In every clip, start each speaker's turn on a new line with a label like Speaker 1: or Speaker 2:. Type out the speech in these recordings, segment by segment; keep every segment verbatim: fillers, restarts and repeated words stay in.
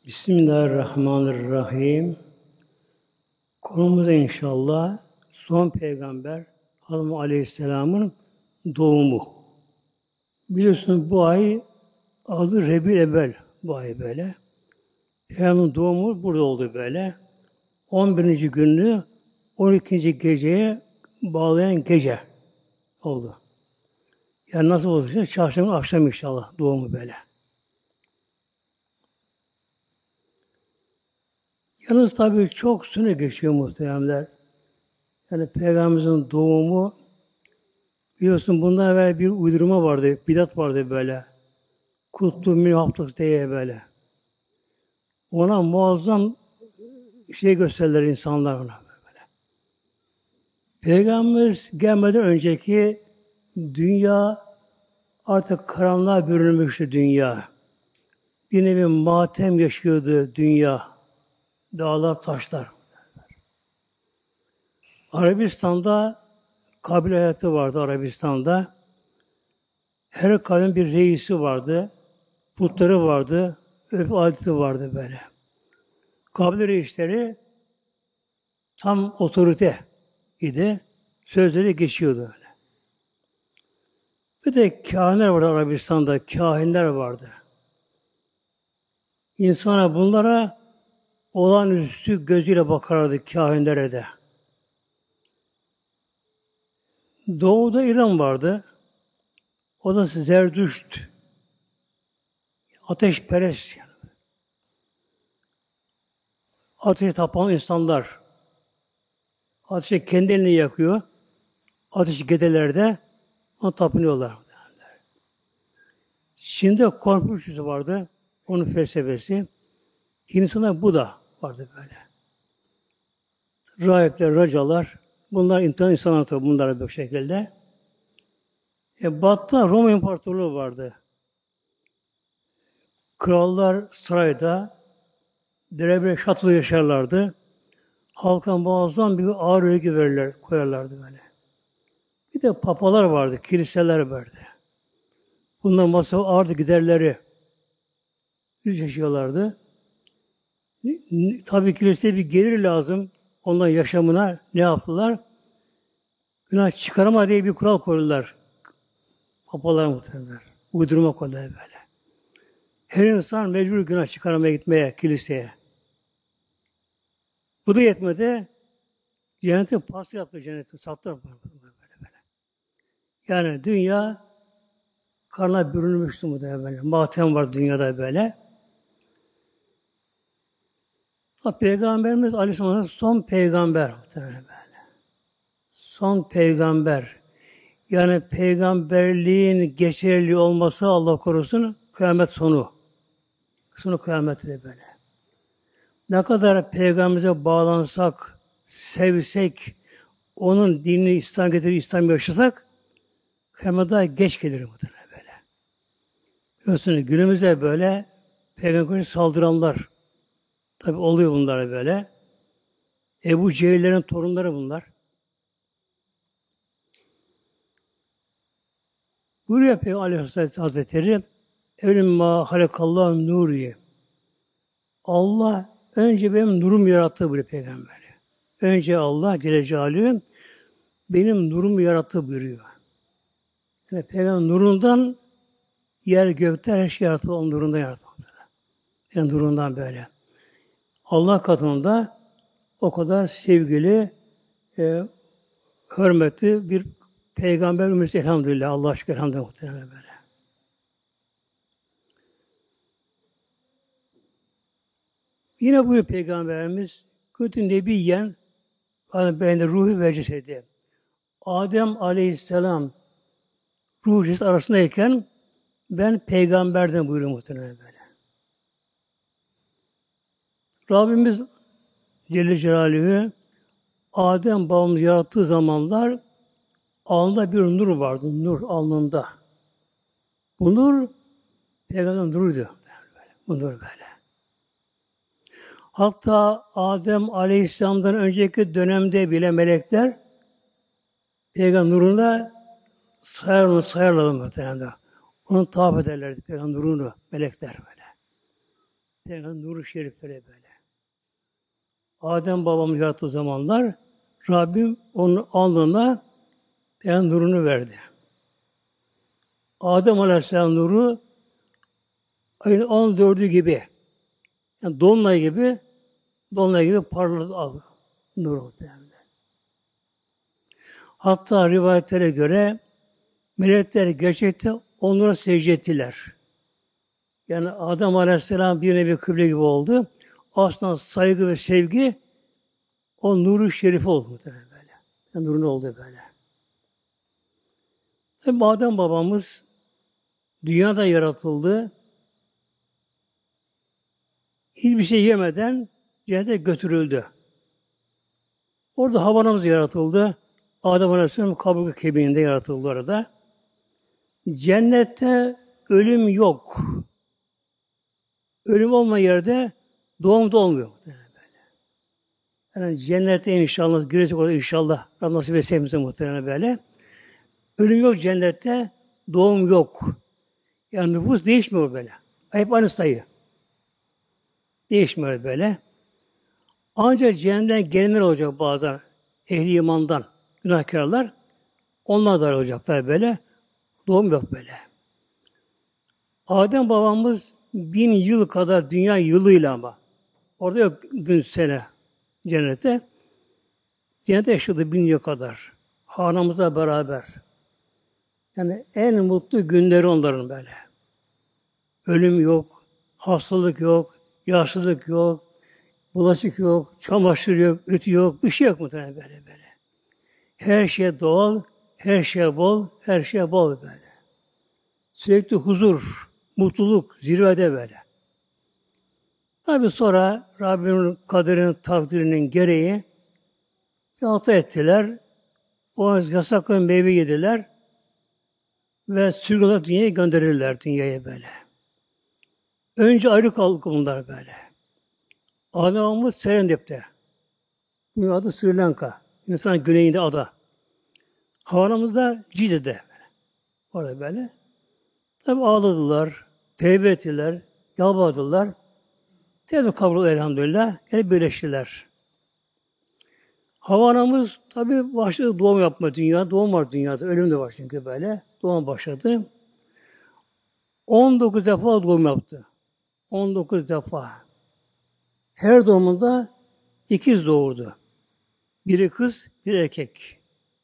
Speaker 1: Bismillahirrahmanirrahim. Konumuz inşallah son peygamber Hazreti Aleyhisselam'ın doğumu. Biliyorsunuz bu ay adı Rebül Evvel bu ay böyle. Peygamberin doğumu burada oldu böyle. on birinci gününü on ikinci geceye bağlayan gece oldu. Yani nasıl olacak? Çarşamba akşam inşallah doğumu böyle. Yalnız tabii çok süre geçiyor muhteremler. Yani Peygamberimizin doğumu biliyorsun bundan evvel bir uydurma vardı, bidat vardı böyle. Kutlu münafıklık diye böyle. Ona muazzam şey gösterirler insanlar ona böyle. Peygamberimiz gelmeden önceki dünya artık karanlığa bürünmüştü dünya. Bir nevi matem yaşıyordu dünya. Dağlar, taşlar. Arabistan'da kabile hayatı vardı Arabistan'da. Her kabilenin bir reisi vardı. Putları vardı. Örf adeti vardı böyle. Kabile reisleri tam otorite idi. Sözleri geçiyordu öyle. Bir de kâhinler vardı Arabistan'da. Kâhinler vardı. İnsana bunlara olağanüstü gözüyle bakardı kâhinlere de. Doğuda İran vardı. O da Zerdüşt. Ateşperest yani. Ateşe tapan insanlar. Ateşe kendi elini yakıyor. Ateş gedelerde ona tapınıyorlar. Çin'de Konfüçyüs vardı. Onun felsefesi. Hindistan'da Buda vardı böyle. Rahipler, racalar. Bunlar insan insanlar tabi bunlar bu şekilde. E, Batı'da Roma İmparatorluğu vardı. Krallar sarayda derebere şatoda yaşarlardı. Halka muazzam bir ağır öykü verirler, koyarlardı böyle. Bir de papalar vardı, kiliseler vardı. Bunlar masrafı ağırdı giderleri. Yüz yaşıyorlardı. Tabii kiliseye bir gelir lazım. Onların yaşamına ne yaptılar? Günah çıkarama diye bir kural koydular. Papalar muhtemelen. Uydurma koydular böyle. Her insan mecbur günah çıkaramaya gitmeye kiliseye. Bu da yetmedi. Cenneti pas yaptı cenneti. Sattılar böyle böyle. Yani dünya karnına bürünmüştü bu da böyle. Matem var dünyada böyle. Peygamberimiz Aleyhisselam son peygamber. Böyle. Son peygamber. Yani peygamberliğin geçerli olması Allah korusun kıyamet sonu. Sonu kıyameti böyle. Ne kadar peygamberimize bağlansak, sevsek, onun dinini İslam getirir, İslam yaşasak kıyamet daha geç gelir muhtemelen böyle. Biliyorsunuz günümüzde böyle peygamberine saldıranlar tabi oluyor bunlar böyle. Ebu Cehil'lerin torunları bunlar. Buyuruyor Peygamber Aleyhisselatü Hazretleri Evlimma halekallahu nuriye. Allah önce benim nurum yarattı buyuruyor Peygamberi. Önce Allah Celle Celaluhu benim nurumu yarattı buyuruyor. Yani Peygamber nurundan yer gökte her şey yaratıldı. Onun nurundan yaratıldı. Yani nurundan böyle. Allah katında o kadar sevgili, e, hürmetli bir peygamber ümmeti elhamdülillah. Allah'a şükür elhamdülillah böyle. Yine buyuruyor Peygamberimiz Kütü Nebiyen ben de ruhu ve cesedi. Adem Aleyhisselam ruh ceset arasındayken ben peygamberden buyuruyor muhtemelen böyle. Rabbimiz Celle Celaluhu Adem babamızı yarattığı zamanlar alnında bir nur vardı. Nur alnında. Bu nur peygamberin nuruydu. Bu nur böyle. Hatta Adem Aleyhisselam'dan önceki dönemde bile melekler Peygamber nuruna sayarlar, sayarlar muhtemelen. Onu tavaf ederlerdi Peygamber nurunu melekler böyle. Peygamber nuru şerifleri böyle. Adem babamı yarattığı zamanlar Rabbim onun alnına Peygamber nurunu verdi. Adem Aleyhisselam nuru ayın on dördü gibi, yani dolunay gibi, dolunay gibi parladı al nuru muhtemelen. Hatta rivayetlere göre melekler gerçekten onlara secde ettiler. Yani Adem Aleyhisselam bir nevi kıble gibi oldu. Aslında saygı ve sevgi o nuru şerifi oldu muhtemelen böyle. Yani nurun oldu böyle. Ve Adem babamız dünyada yaratıldı. Hiçbir şey yemeden cennete götürüldü. Orada Havva'mız yaratıldı. Adem Aleyhisselam kaburga kemiğinde yaratıldı orada. Cennette ölüm yok. Ölüm olmayan yerde doğum da olmuyor. Yani cennette inşallah girecek orada inşallah. Rabbim nasip etse bize muhtemelen böyle. Ölüm yok cennette, doğum yok. Yani nüfus değişmiyor böyle. Hep aynı sayı. Değişmiyor böyle. Ancak cehennemden gelenler olacak bazen. Ehli imandan, günahkarlar. Onlar da olacaklar böyle. Doğum yok böyle. Adem babamız bin yıl kadar dünya yılıyla ama. Orada yok gün sene cennette. Cennette yaşadı bin yıl kadar. Hanımızla beraber. Yani en mutlu günleri onların böyle. Ölüm yok, hastalık yok, yaşlılık yok, bulaşık yok, çamaşır yok, ütü yok, bir şey yok muhtemelen böyle böyle. Her şey doğal, her şey bol, her şey bol böyle. Sürekli huzur, mutluluk, zirvede böyle. Tabi sonra Rabbimin kaderinin, takdirinin gereği hata ettiler. O yasaklı meyve yediler ve sürgüler dünyaya gönderirler dünyaya böyle. Önce ayrı kaldık bunlar böyle. Adamımız Serendip'te. Bunun adı Sri Lanka. İnsanın güneyinde ada. Havanımız da Cide'de. Orada böyle. Tabi ağladılar, tevbe ettiler, yalvardılar. Tevbe kabul elhamdülillah. Gene birleştiler. Havanamız tabi başladı doğum yapma dünya. Doğum var dünyada. Ölüm de var çünkü böyle. Doğum başladı. on dokuz defa doğum yaptı. on dokuz defa. Her doğumunda ikiz doğurdu. Biri kız, bir erkek.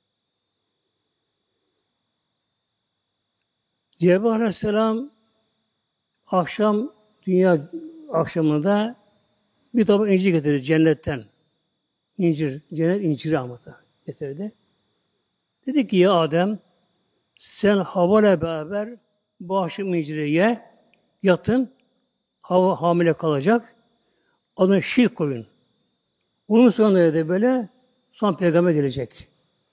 Speaker 1: Cebrail Aleyhisselam akşam, dünya akşamında bir tabak incir getirir cennetten. İncir, cennet inciri ama da getirdi. Dedi ki ya Adem, sen Havva ile beraber bu akşam inciri ye, yatın, Havva hamile kalacak, adını şirk koyun. Bunun sonunda da böyle son peygamber gelecek.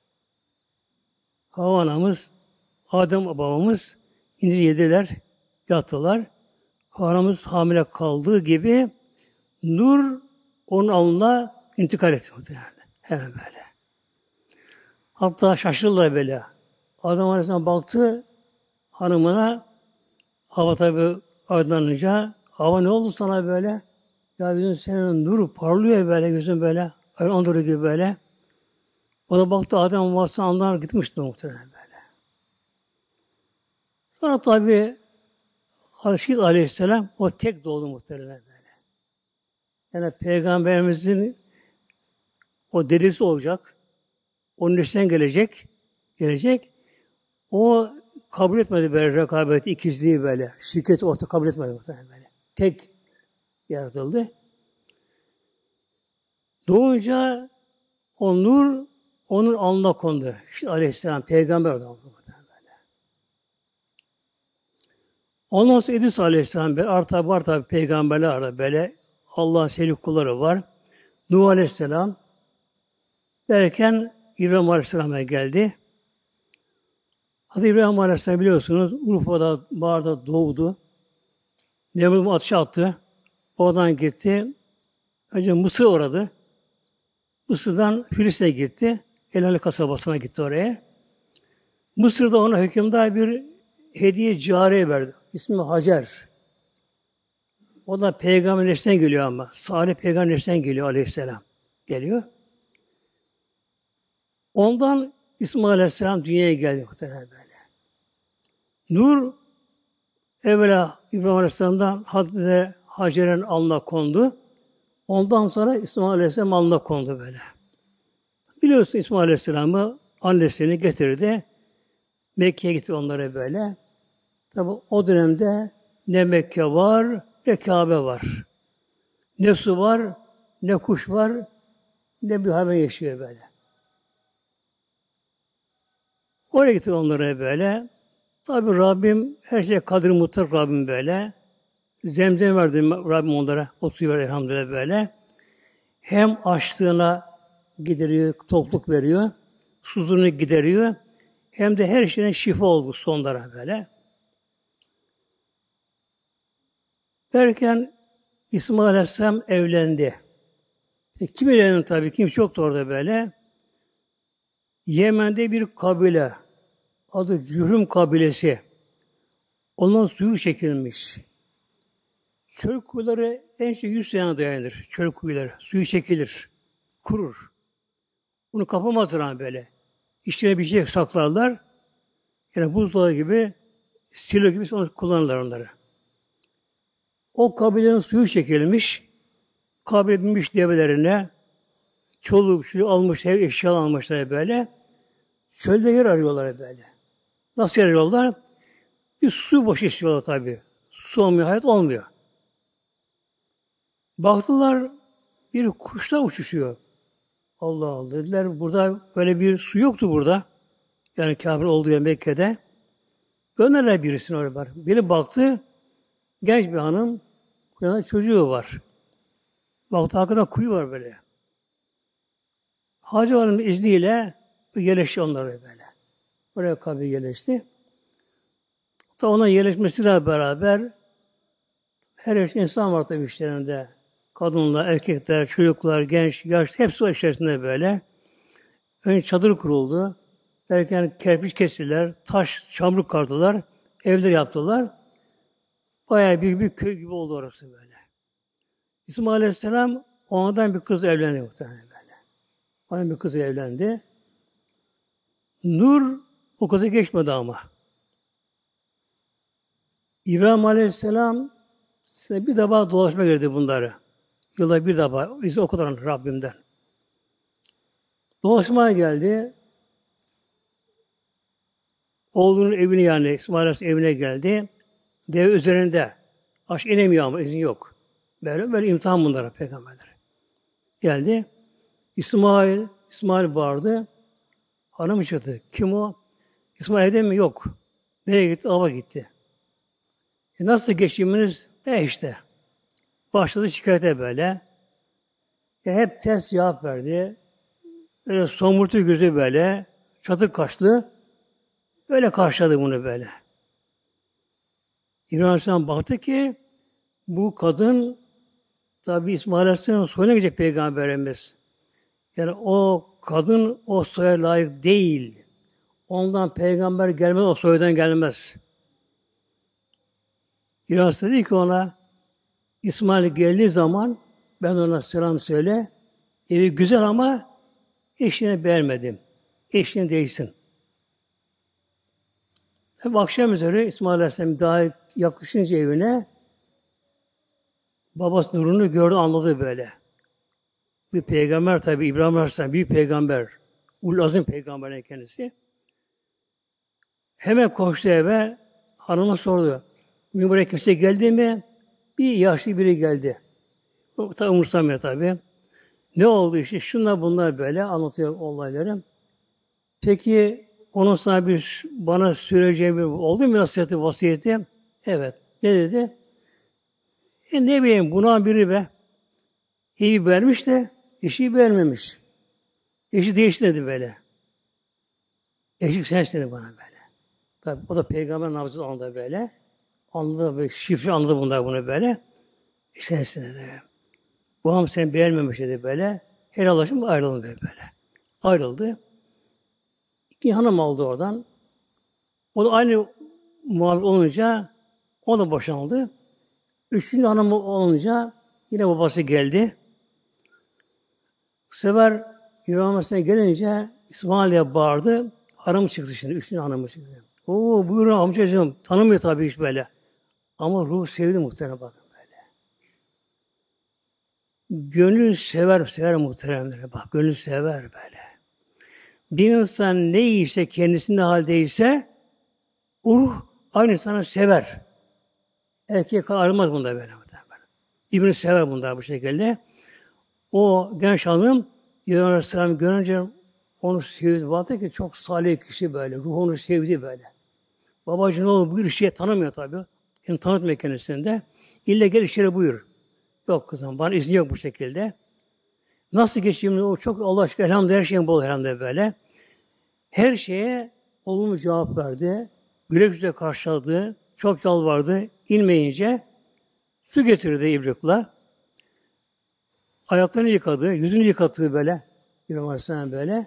Speaker 1: Havva anamız, Adem babamız incir yediler, yattılar. Havva anamız hamile kaldığı gibi nur onun alnına intikal etti. Hemen böyle. Hatta şaşırdılar böyle. Adem Aleyhisselam baktı hanımına, Havva tabi aydınlanınca, Havva ne oldu sana böyle? Ya bizim senin nuru parlıyor böyle, gözün böyle, ayın nuru gibi böyle. O da baktı Adem Aleyhisselam anlar gitmişti muhtemelen böyle. Sonra tabi Aleyhisselam Aleyhisselam o tek doğdu muhtemelen böyle. Yani Peygamberimizin o dedesi olacak. Onun üstünden gelecek. Gelecek. O kabul etmedi böyle rekabeti, ikizliği böyle. Şirketi orta kabul etmedi muhtemelen böyle. Tek yaratıldı. Doğunca o nur onun alnına kondu. İşte Aleyhisselam peygamber oldu muhtemelen böyle. Ondan sonra İdris Aleyhisselam böyle arta var tabi peygamberler arada böyle Allah'ın sevgili kulları var. Nuh Aleyhisselam derken İbrahim Aleyhisselam'a geldi. Hadi İbrahim Aleyhisselam biliyorsunuz Urfa'da, Bağır'da doğdu. Nemrut ateşe attı. Oradan gitti. Önce Mısır uğradı. Mısır'dan Filistin'e gitti. Elali kasabasına gitti oraya. Mısır'da ona hükümdar bir hediye cariye verdi. İsmi Hacer. O da peygamber neslinden geliyor ama. Salih peygamber neslinden geliyor aleyhisselam. Geliyor. Ondan İsmail aleyhisselam dünyaya geldi muhtemelen böyle. Nur evvela İbrahim aleyhisselam'dan Hazreti Hacer'in alnına kondu. Ondan sonra İsmail aleyhisselam alnına kondu böyle. Biliyorsun İsmail aleyhisselam'ı annesini getirdi. Mekke'ye gitti onlara böyle. Tabi o dönemde ne Mekke var, ne Kabe var. Ne su var, ne kuş var, ne bir hayvan yaşıyor böyle. Oraya gitti onlara böyle. Tabi Rabbim, her şeye kadir mutlak Rabbim böyle. Zemzem verdi Rabbim onlara, o suyu verdi elhamdülillah böyle. Hem açlığına gideriyor, tokluk veriyor, susuzluğunu gideriyor. Hem de her şeyden şifa oldu sonlara böyle. Derken İsmail Aleyhisselam evlendi. E, kim evlendi tabii? Kimse yoktu orada böyle. Yemen'de bir kabile, adı Cürhüm kabilesi. Ondan suyu çekilmiş. Çöl kuyuları en şey yüz sene dayanır. Çöl kuyuları. Suyu çekilir. Kurur. Bunu kapamazlar böyle. İçine bir şey saklarlar. Yani buzdolabı gibi, silo gibi onu kullanırlar onları. O kabilenin suyu çekilmiş. Kabile binmiş develerine, çoluk çocuk almış, ev eşyalı almışlar böyle. Çölde yer arıyorlar böyle. Nasıl yer arıyorlar? Bir su boş istiyorlar tabii. Su olmuyor, hayat olmuyor. Baktılar, bir kuşlar uçuşuyor. Allah Allah dediler, burada böyle bir su yoktu burada. Yani Kabe olduğu yer Mekke'de. Gönderler birisini oraya var. Biri baktı, genç bir hanım, yanında çocuğu var. Baktı, arkadan kuyu var böyle. Hacı Hanım'ın izniyle yerleşti onlara böyle. Oraya kabir yerleşti. Da ona yerleşmesiyle beraber her insan var tabii işlerinde. Kadınlar, erkekler, çocuklar, genç, yaşlı hepsi o içerisinde böyle. Önce çadır kuruldu. Derken kerpiç kestiler, taş, çamur kardılar, evler yaptılar. Bayağı büyük bir köy gibi oldu orası böyle. İsmail Aleyhisselam ondan bir kız evlendi muhtemelen böyle. Ondan bir kız evlendi. Nur o kızı geçmedi ama. İbrahim Aleyhisselam bir defa dolaşma girdi bunları. Yılda bir defa. İzni o kadar Rabbimden. Dolaşmaya geldi. Oğlunun evine yani İsmail Aleyhisselam evine geldi. Deve üzerinde. Aş inemiyor ama izin yok. Böyle böyle imtihan bunlara peygamberler. Geldi. İsmail, İsmail bağırdı. Hanım çıktı. Kim o? İsmail evde mi? Yok. Nereye gitti? Ava gitti. E nasıl geçiminiz? E işte. Başladı şikayete böyle. E hep ters cevap verdi. Böyle somurtu gözü böyle. Çatık kaşlı. Böyle karşıladı bunu böyle. İbrahim Aleyhisselam baktı ki bu kadın tabi İsmail Aleyhisselam'ın soyuna gidecek peygamberimiz. Yani o kadın o soya layık değil. Ondan peygamber gelmez, o soydan gelmez. İbrahim Aleyhisselam dedi ki ona İsmail geldiği zaman ben ona selam söyle. Evi güzel ama eşini beğenmedim. Eşini değişsin. Tabi akşam üzere İsmail Aleyhisselam daha yaklaşınca evine babası nurunu gördü, anladı böyle. Bir peygamber tabi İbrahim Aleyhisselam büyük peygamber. Ul azim peygamberin kendisi. Hemen koştu eve. Hanıma sordu. Buraya kimse geldi mi? Bir yaşlı biri geldi. Tabi umursamıyor tabi. Ne oldu işte? Şunlar bunlar böyle anlatıyor olayları. Peki onun sana bir bana söyleyeceği bir oldu mu nasihati, vasiyeti? Evet. Ne dedi? E ne bileyim buna biri be. İyi vermiş de eşi vermemiş. Eşi değişti dedi böyle. Eşik sensin dedi bana böyle. Tabii, o da peygamber nabzı anladı böyle. Anladı böyle, şifre anladı bunlar bunu böyle. E sensin dedi. Babam seni beğenmemiş dedi böyle. Helallaşım ayrıldı böyle. Ayrıldı. İki hanım aldı oradan. O da aynı muhabbet olunca o da boşandı. Üçüncü hanımı olunca yine babası geldi. Bu sefer İbrahim Aleyhisselam gelince İsmail'e bağırdı. Hanım çıktı şimdi. Üçüncü hanımı çıktı. Oo buyurun amcacığım. Tanımıyor tabii hiç böyle. Ama ruh sevdi muhtemelen bakın böyle. Gönül sever, sever muhteremlere. Bak gönül sever böyle. Bir insan ne iyiyse kendisinde haldeyse o ruh aynı sana sever. Erkek ayrılmaz bunda böyle. Birbirini sever bunlar bu şekilde. O genç hanım İbrahim Aleyhisselam görünce onu sevdi. Baktı ki çok salih kişi böyle. Ruh onu sevdi böyle. Babacığım ne olur buyur işe tanımıyor tabii. Şimdi tanıtmıyor kendisini de. İlle gel içeri buyur. Yok kızım bana izin yok bu şekilde. Nasıl geçeyim? O çok Allah aşkına elhamdülillah her şeyin bol elhamdülillah böyle. Her şeye olumlu cevap verdi. Güle güle karşıladı. Çok yalvardı. İnmeyince su getirdi ibrikla. Ayaklarını yıkadı. Yüzünü yıkattı böyle. İbrahim Aleyhisselam böyle.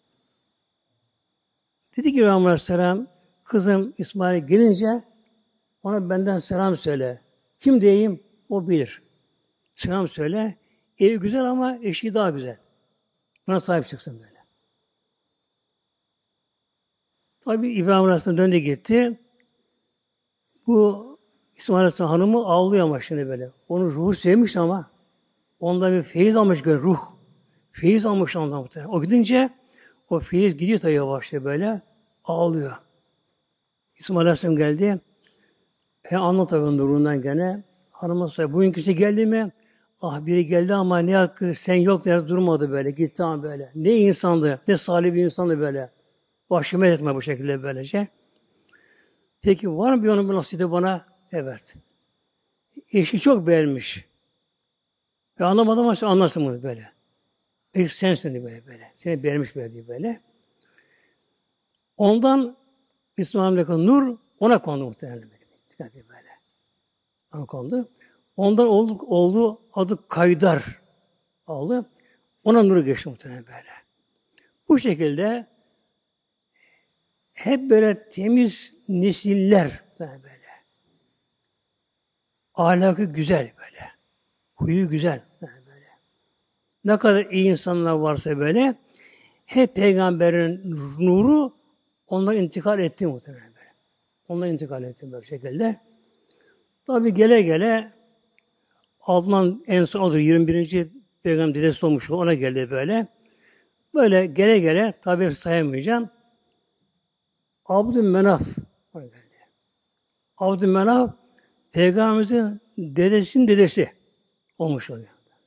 Speaker 1: Dedi ki İbrahim Aleyhisselam kızım İsmail gelince ona benden selam söyle. Kim diyeyim o bilir. Selam söyle. Evi güzel ama eşi daha güzel. Buna sahip çıksın böyle. Tabi İbrahim Aleyhisselam döndü gitti. Bu İsmail Aleyhisselam hanımı ağlıyor ama şimdi böyle. Onun ruhu sevmiş ama ondan bir feyiz almış gör ruh. Feyiz almış ondan muhtemelen. O gidince o feyiz gidiyor tabi yavaşça böyle. Ağlıyor. İsmail Aleyhisselam geldi. E anlat tabi onun nurundan gene. Hanıma soruyor. Bugün kimse geldi mi? Ah biri geldi ama ne hakkı sen yok der durmadı böyle. Gitti ama böyle. Ne insandı. Ne salih bir insandı böyle. Başıma etme bu şekilde böylece. Peki var mı bir onun bu nasibı bana? Evet. Eşi çok beğenmiş. Ve anlamadım ama anlarsın bunu böyle. Eşi sensin diye böyle böyle. Seni beğenmiş böyle diye böyle. Ondan İsmail'deki nur ona kondu muhtemelen böyle. Dikkat edin böyle. Ona kondu. Ondan oldu, oldu adı Kaydar aldı. Ona nuru geçti muhtemelen böyle. Bu şekilde hep böyle temiz nesiller böyle. Ahlakı güzel böyle. Huyu güzel böyle. Ne kadar iyi insanlar varsa böyle hep peygamberin nuru onlara intikal etti muhtemelen böyle. Onlara intikal etti böyle şekilde. Tabi gele gele Adnan en son odur. yirmi birinci peygamber dedesi olmuş. Ona geldi böyle. Böyle gele gele tabi sayamayacağım. Abdümenaf ona geldi. Abdümenaf peygamberimizin dedesinin dedesi olmuş oluyor.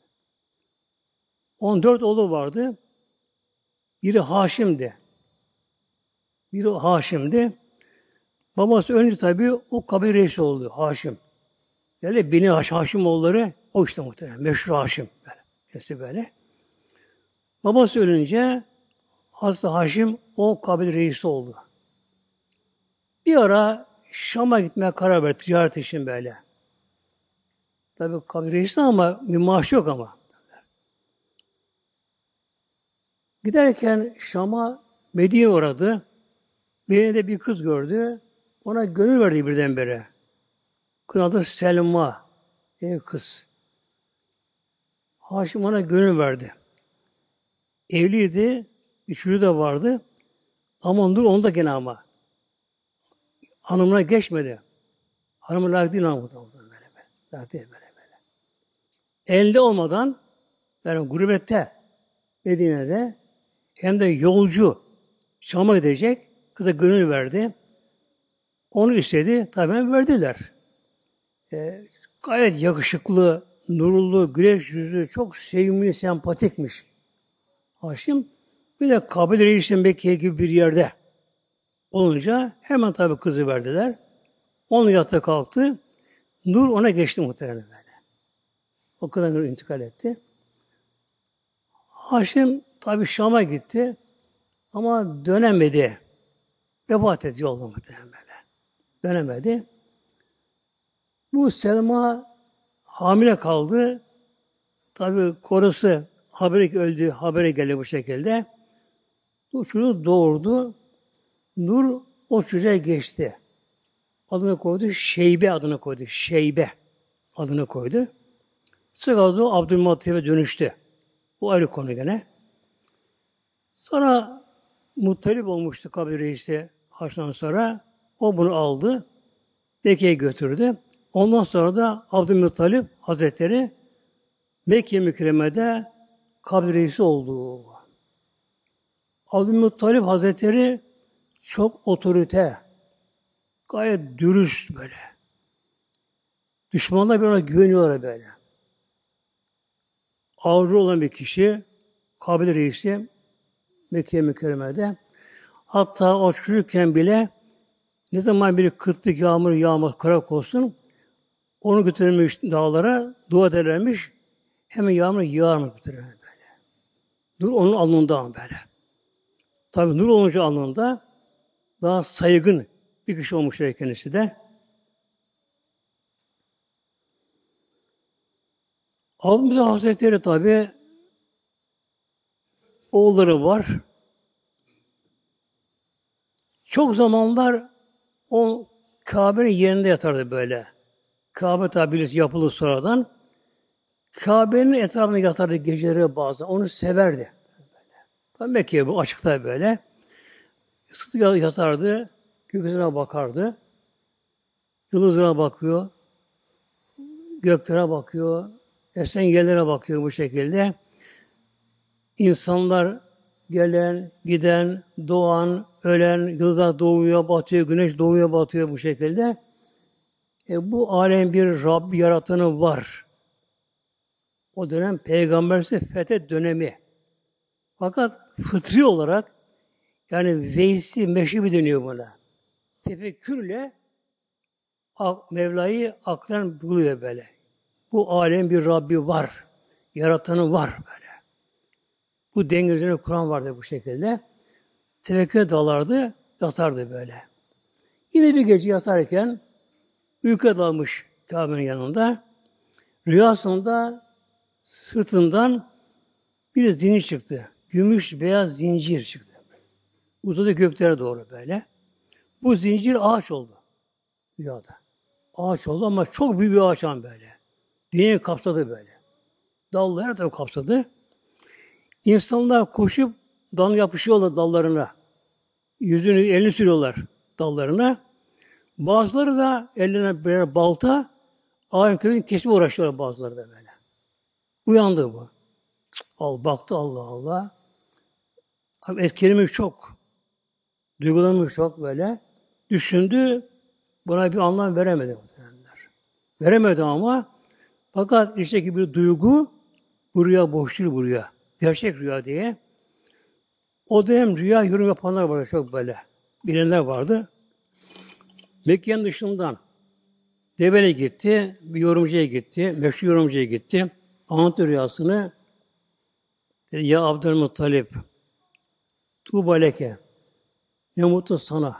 Speaker 1: on dört oğlu vardı. Biri Haşim'di. Biri Haşim'di. Babası önce tabii o kabile reisi oldu. Haşim. Yani Beni Haşim oğulları o işte muhtemelen. Meşhur Haşim. Böyle. Hepsi böyle. Babası ölünce Hazreti Haşim o kabile reisi oldu. Bir ara Şam'a gitmeye karar verdi. Ticaret için böyle. Tabii kabile reisi ama bir maaş yok ama. Giderken Şam'a Medine'ye uğradı. Medine'de bir kız gördü. Ona gönül verdi birdenbire. Kız adı Selma. Ev kız. Haşim ona gönül verdi. Evliydi. Üçlü de vardı. Ama dur onu da gene ama. Hanımına geçmedi. Hanımı layık değil ama böyle böyle. Layık değil böyle böyle. Elde olmadan yani gurbette Medine'de hem de yolcu Şam'a gidecek. Kıza gönül verdi. Onu istedi. Tabii verdiler. E, gayet yakışıklı, nurlu, güneş yüzlü, çok sevimli, sempatikmiş. Haşim bir de kabile reisi Mekke gibi bir yerde olunca hemen tabii kızı verdiler. Onun yatta kalktı. Nur ona geçti muhtemelen böyle. O kadar nur intikal etti. Haşim tabii Şam'a gitti ama dönemedi. Vefat etti yolda muhtemelen böyle. Dönemedi. Bu Selma hamile kaldı. Tabii korusu haberi öldü, haberi geldi bu şekilde. Bu çocuğu doğurdu. Nur o çocuğa geçti. Adını koydu, Şeybe adını koydu. Şeybe. adını koydu. Sonra da Abdülmuttalip'e dönüştü. Bu ayrı konu gene. Sonra Muttalip olmuştu kabir reisi Haç'tan sonra. O bunu aldı. Mekke'ye götürdü. Ondan sonra da Abdülmuttalip Hazretleri Mekke mükerremede kabir reisi oldu. Abdülmuttalip Hazretleri çok otorite, gayet dürüst böyle. Düşmanlar bir ona güveniyorlar böyle. Ağırlı olan bir kişi, kabile reisi Mekke mükerremede. Hatta o çocukken bile ne zaman bir kıtlık yağmur yağmaz, kurak olsun, onu götürmüş dağlara, dua ederlermiş, hemen yağmur yağarmış böyle. Nur onun alnından böyle. Tabi nur olunca alnında daha saygın bir kişi olmuş kendisi de. Abdülhamid Hazretleri tabi oğulları var. Çok zamanlar o Kabe'nin yerinde yatardı böyle. Kabe tabi yapılır sonradan. Kabe'nin etrafında yatardı geceleri bazen. Onu severdi. Tabi Mekke'ye bu açıkta böyle. Sıkı yatardı. Gökyüzüne bakardı. Yıldızlara bakıyor. Göklere bakıyor. Esen yerlere bakıyor bu şekilde. İnsanlar gelen, giden, doğan, ölen, yıldızlar doğuyor, batıyor, güneş doğuyor, batıyor bu şekilde. E, bu alem bir Rabbi yaratanı var. O dönem peygamberse fethet dönemi. Fakat fıtri olarak yani veysi meşribi deniyor buna. Tefekkürle Mevla'yı aklen buluyor böyle. Bu alem bir Rabbi var. Yaratanı var böyle. Bu denge üzerine Kur'an vardı bu şekilde. Tefekküre dalardı, yatardı böyle. Yine bir gece yatarken uykuya dalmış Kabe'nin yanında. Rüyasında sırtından bir zincir çıktı. Gümüş beyaz zincir çıktı. Uzadı göklere doğru böyle. Bu zincir ağaç oldu rüyada. Ağaç oldu ama çok büyük bir ağaç ama böyle. Dünyayı kapsadı böyle. Dalları her tarafı kapsadı. İnsanlar koşup dal yapışıyorlar dallarına. Yüzünü, elini sürüyorlar dallarına. Bazıları da ellerine birer balta ağacın kökünü kesip uğraşıyorlar bazıları da böyle. Uyandı bu. Al baktı Allah Allah. Etkilemiş çok. Duygulanmış çok böyle. Düşündü. Buna bir anlam veremedi muhtemelenler. Veremedi ama fakat içteki bir duygu bu rüya boş değil bu rüya. Gerçek rüya diye. O dönem rüya yorum yapanlar vardı çok böyle. Bilenler vardı. Mekke'nin dışından Develi gitti, bir yorumcuya gitti, meşhur yorumcuya gitti. Anlattı rüyasını. Dedi, ya Abdülmuttalip, Tuğba leke, ne mutlu sana.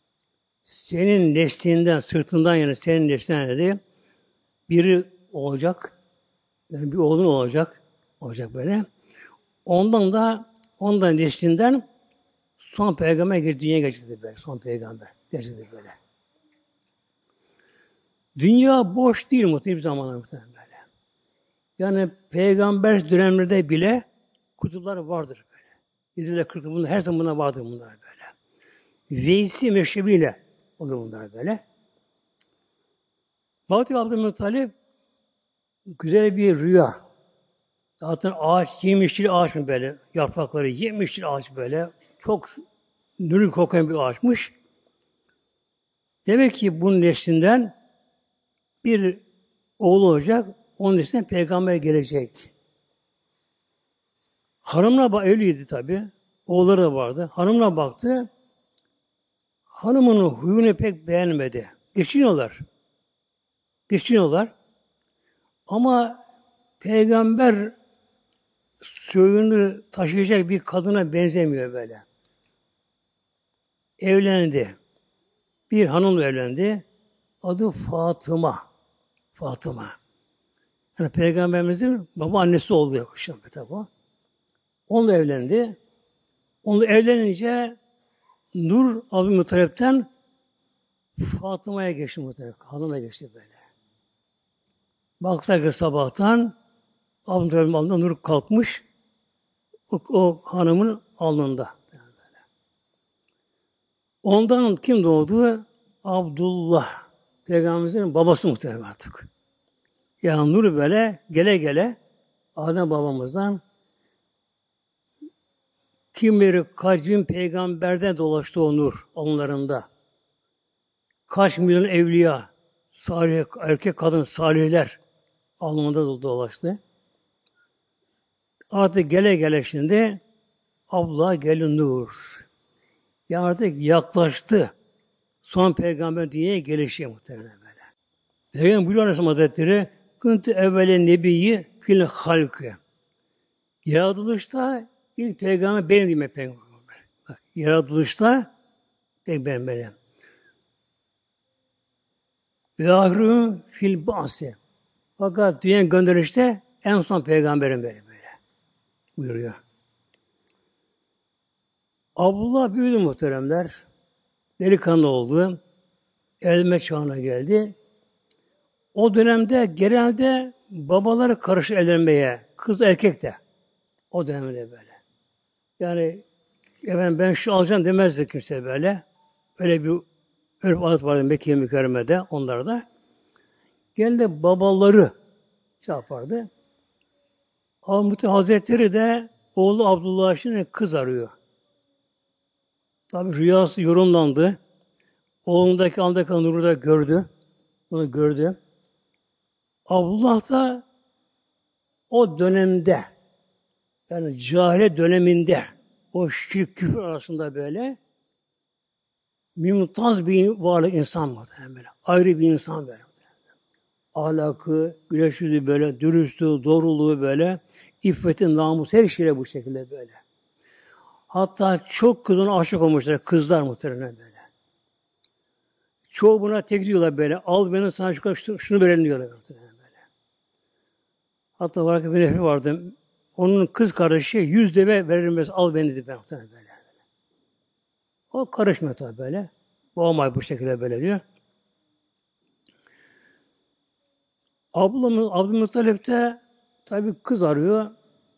Speaker 1: Senin neslinden, sırtından yani senin neslinden dedi, biri olacak, yani bir oğlun olacak, olacak böyle. Ondan da, ondan neslinden son peygamber geldi, dünyaya gelecekti böyle, son peygamber gelecekti böyle. Dünya boş değil muhtemelen bir zamanlar muhtemelen böyle. Yani peygamber dönemlerde bile kutuplar vardır böyle. Yediler kırkı bunlar, her zaman bunlar vardır bunlar böyle. Veysi meşrebiyle olur bunlar böyle. Fatih Abdülmuttalip güzel bir rüya. Zaten ağaç, yemişçil ağaç mı böyle? Yaprakları yemişçil ağaç böyle. Çok nürül kokan bir ağaçmış. Demek ki bunun neslinden bir oğlu olacak, onun neslinden peygamber gelecek. Hanımına bak, evliydi tabi. Oğulları da vardı. Hanımına baktı. Hanımının huyunu pek beğenmedi. Geçiniyorlar. Geçiniyorlar. Ama peygamber soyunu taşıyacak bir kadına benzemiyor böyle. Evlendi. Bir hanımla evlendi. Adı Fatıma. Fatıma. Yani Peygamberimizin baba annesi oluyor. Şimdi tabi o. Onunla evlendi. Onunla evlenince Nur Abdülmuttalip'ten Fatıma'ya geçti muhtemelen. Hanım'a geçti böyle. Baktılar ki sabahtan Abdülhamid'in alnında nur kalkmış o, o hanımın alnında. Ondan kim doğdu? Abdullah. Peygamberimizin babası muhtemelen artık. Yani nur böyle gele gele Adem babamızdan kim bilir kaç bin peygamberden dolaştı o nur onlarında. Kaç milyon evliya, salih, erkek kadın salihler alnında dolaştı. Artık gele gele şimdi Abdullah gelin nur. Yani artık yaklaştı. Son peygamber dünyaya gelişi muhtemelen böyle. Peygamber buyuruyor Aleyhisselam Hazretleri Kuntu evvele nebiyyi fil halkı. Yaratılışta ilk peygamber benim diyeyim peygamber. Bak, yaratılışta peygamber benim. Ve ahiru fil ba'si. Fakat dünya gönderişte en son peygamberim benim böyle. Buyuruyor. Abdullah büyüdü muhteremler. Delikanlı oldu. Elme çağına geldi. O dönemde genelde babaları karışır evlenmeye. Kız erkek de. O dönemde böyle. Yani efendim ben şu alacağım demezdi kimse böyle. Öyle bir örf adet vardı Mekke-i Mükerreme'de onlarda. Genelde babaları şey yapardı. Ahmet Hazretleri de oğlu Abdullah için kız arıyor. Tabi rüyası yorumlandı. Oğlundaki andaki nuru da gördü. Bunu gördü. Abdullah da o dönemde yani cahile döneminde o şirk küfür arasında böyle mümtaz bir varlık insan var. Yani böyle. Ayrı bir insan böyle. Ahlakı, güneş yüzü böyle, dürüstlüğü, doğruluğu böyle, iffeti, namus her şeyle bu şekilde böyle. Hatta çok kız ona aşık olmuşlar. Kızlar muhtemelen böyle. Çoğu buna tek diyorlar böyle. Al beni sana şu, şunu verelim diyorlar muhtemelen böyle. Hatta var ki bir nefi vardı. Onun kız kardeşi yüz deve veririm mesela al beni dedi muhtemelen böyle. O karışmıyor tabi böyle. Boğamay bu şekilde böyle diyor. Ablamız Abdülmuttalip de tabi kız arıyor.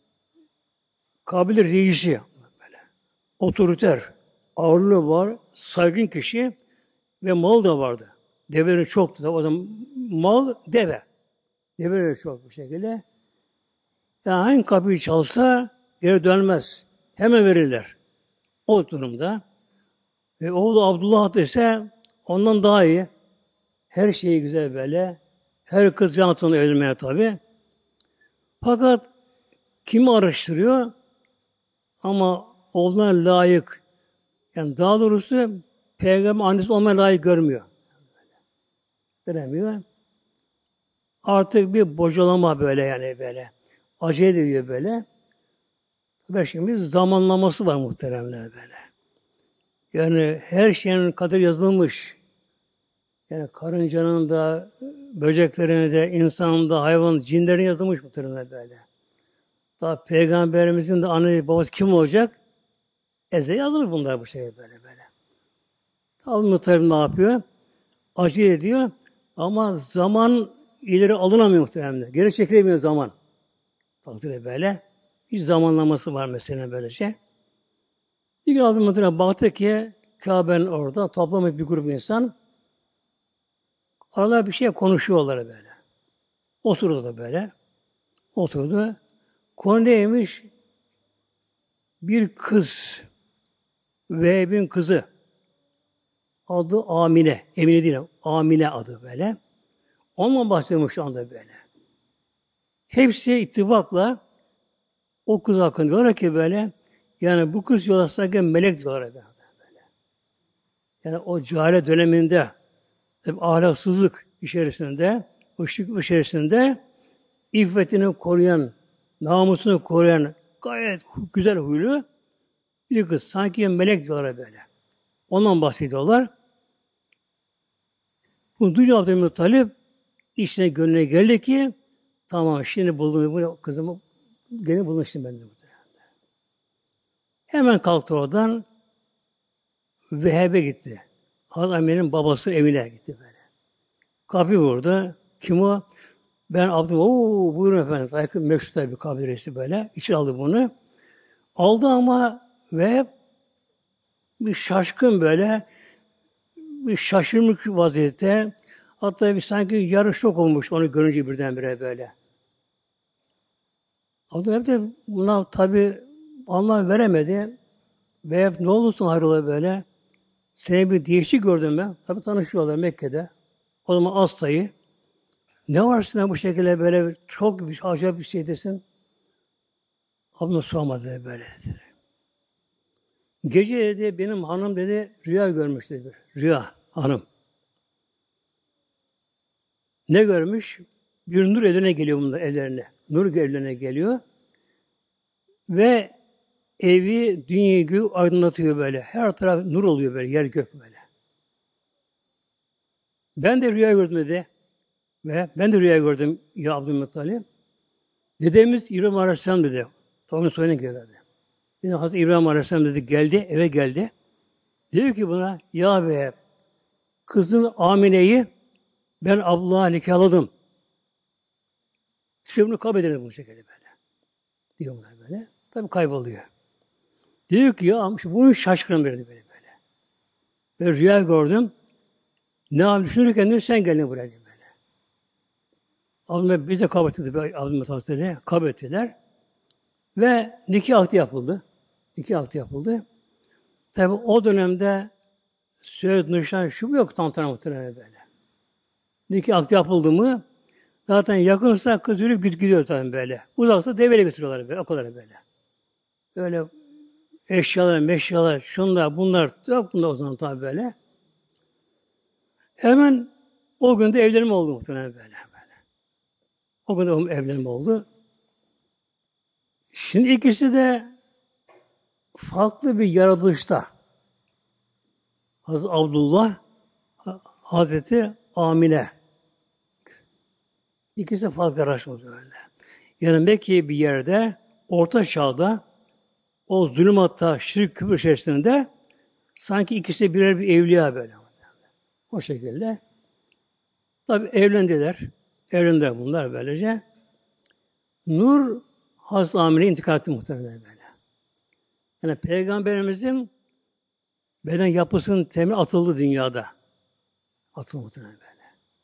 Speaker 1: Kabile reisi. Böyle. Otoriter. Ağırlığı var. Saygın kişi. Ve mal da vardı. Develeri çoktu. O zaman mal, deve. Develeri çok bu şekilde. Yani hangi kapıyı çalsa geri dönmez. Hemen verirler. O durumda. Ve oğlu Abdullah ise ondan daha iyi. Her şeyi güzel böyle. Her kız can atını evlenmeye tabi. Fakat kimi araştırıyor? Ama oğluna layık. Yani daha doğrusu Peygamber annesi olmaya layık görmüyor. Göremiyor. Artık bir bocalama böyle yani böyle. Acele ediyor böyle. Tabii şimdi zamanlaması var muhteremler böyle. Yani her şeyin kader yazılmış. Yani karıncanın da, böceklerin de, insanın da, hayvanın, cinlerin yazılmış muhteremler böyle. Daha Peygamberimizin de anne babası kim olacak? Eze yazılır bunlar bu şey böyle böyle. Tabi muhterem ne yapıyor? Acele ediyor. Ama zaman ileri alınamıyor muhteremler. Geri çekilemiyor zaman. Takdirde böyle. Bir zamanlaması var mesela böylece. Bir gün adım muhterem baktı ki Kabe'nin orada toplamış bir grup insan aralar bir şey konuşuyorlar böyle. Oturdu da böyle. Oturdu. Konu neymiş? Bir kız Vehb'in kızı adı Amine. Emine değil. Amine adı böyle. Ondan bahsediyormuş şu anda böyle. Hepsi ittifakla o kız hakkında diyorlar ki böyle yani bu kız yola sarken melek diyorlar böyle. Yani o cahile döneminde tabi ahlaksızlık içerisinde o şirk içerisinde iffetini koruyan namusunu koruyan gayet güzel huylu bir kız. Sanki melek diyorlar böyle. Ondan bahsediyorlar. Bu duyunca Abdülmuttalip işine gönlüne geldi ki tamam şimdi buldum bu kızımı gene bulmuştum ben de. Hemen kalktı oradan Vehebe gitti. Hazreti Ömer'in babası evine gitti böyle. Kapıyı vurdu. Kim o? Ben Abdülhamid, ooo buyurun efendim. Saygı meşhur tabi kabilesi böyle. İçeri aldı bunu. Aldı ama ve bir şaşkın böyle, bir şaşırmış vaziyette. Hatta bir sanki yarı şok olmuş onu görünce birdenbire böyle. Abdülhamid de buna tabi anlam veremedi. Ve hep ne olursun hayrola böyle. Seni bir değişik gördüm ben. Tabi tanışıyorlar Mekke'de. O zaman az sayı. Ne var sana bu şekilde böyle çok bir acayip bir şey desin. Abla sormadı böyle dedi. Gece dedi benim hanım dedi rüya görmüş dedi. Rüya hanım. Ne görmüş? Bir nur evlerine geliyor bunlar evlerine. Nur evlerine geliyor. Ve evi, dünyayı göğü aydınlatıyor böyle. Her taraf nur oluyor böyle, yer gök böyle. Ben de rüya gördüm dedi. Ve ben de rüya gördüm ya Abdülmuttalip. Dedemiz İbrahim Aleyhisselam dedi. Tavuğun soyuna geldi. Dedi, Hazreti İbrahim Aleyhisselam dedi geldi, eve geldi. Diyor ki buna, ya be kızın Amine'yi ben Abdullah'a nikahladım. Size bunu kabul edelim bu şekilde böyle. Diyor bunlar böyle. Tabii kayboluyor. Diyor ki ya bunu şaşkınım dedi böyle böyle. Ve rüya gördüm. Ne yapayım düşünürken diyor sen geldin buraya diyor böyle. Abdülhamid bize kabul etti. Abdülhamid Hazretleri kabul ettiler. Ve nikah akdi yapıldı. Nikah akdi yapıldı. Tabi o dönemde söz, nişan, şu bu yok tantana muhtemelen böyle. Nikah akdi yapıldı mı zaten yakınsa kız yürüyüp gidiyor zaten böyle. Uzaksa deveyle götürüyorlar böyle. O kadar böyle. Öyle eşyalar, meşyalar, şunlar, bunlar yok bunlar o zaman tabi böyle. Hemen o gün de evlenme oldu muhtemelen böyle. böyle. O gün de evlenme oldu. Şimdi ikisi de farklı bir yaratılışta. Hazreti Abdullah, Hazreti Amine. İkisi farklı yaratılmış böyle. Yani Mekke bir yerde, Orta Çağ'da, o zulümatta, şirk küfür içerisinde sanki ikisi birer bir evliya böyle. O şekilde. Tabi evlendiler. Evlendiler bunlar böylece. Nur Hazreti Amine'ye intikal etti muhtemelen böyle. Yani Peygamberimizin beden yapısının temeli atıldı dünyada. Atıldı muhtemelen böyle.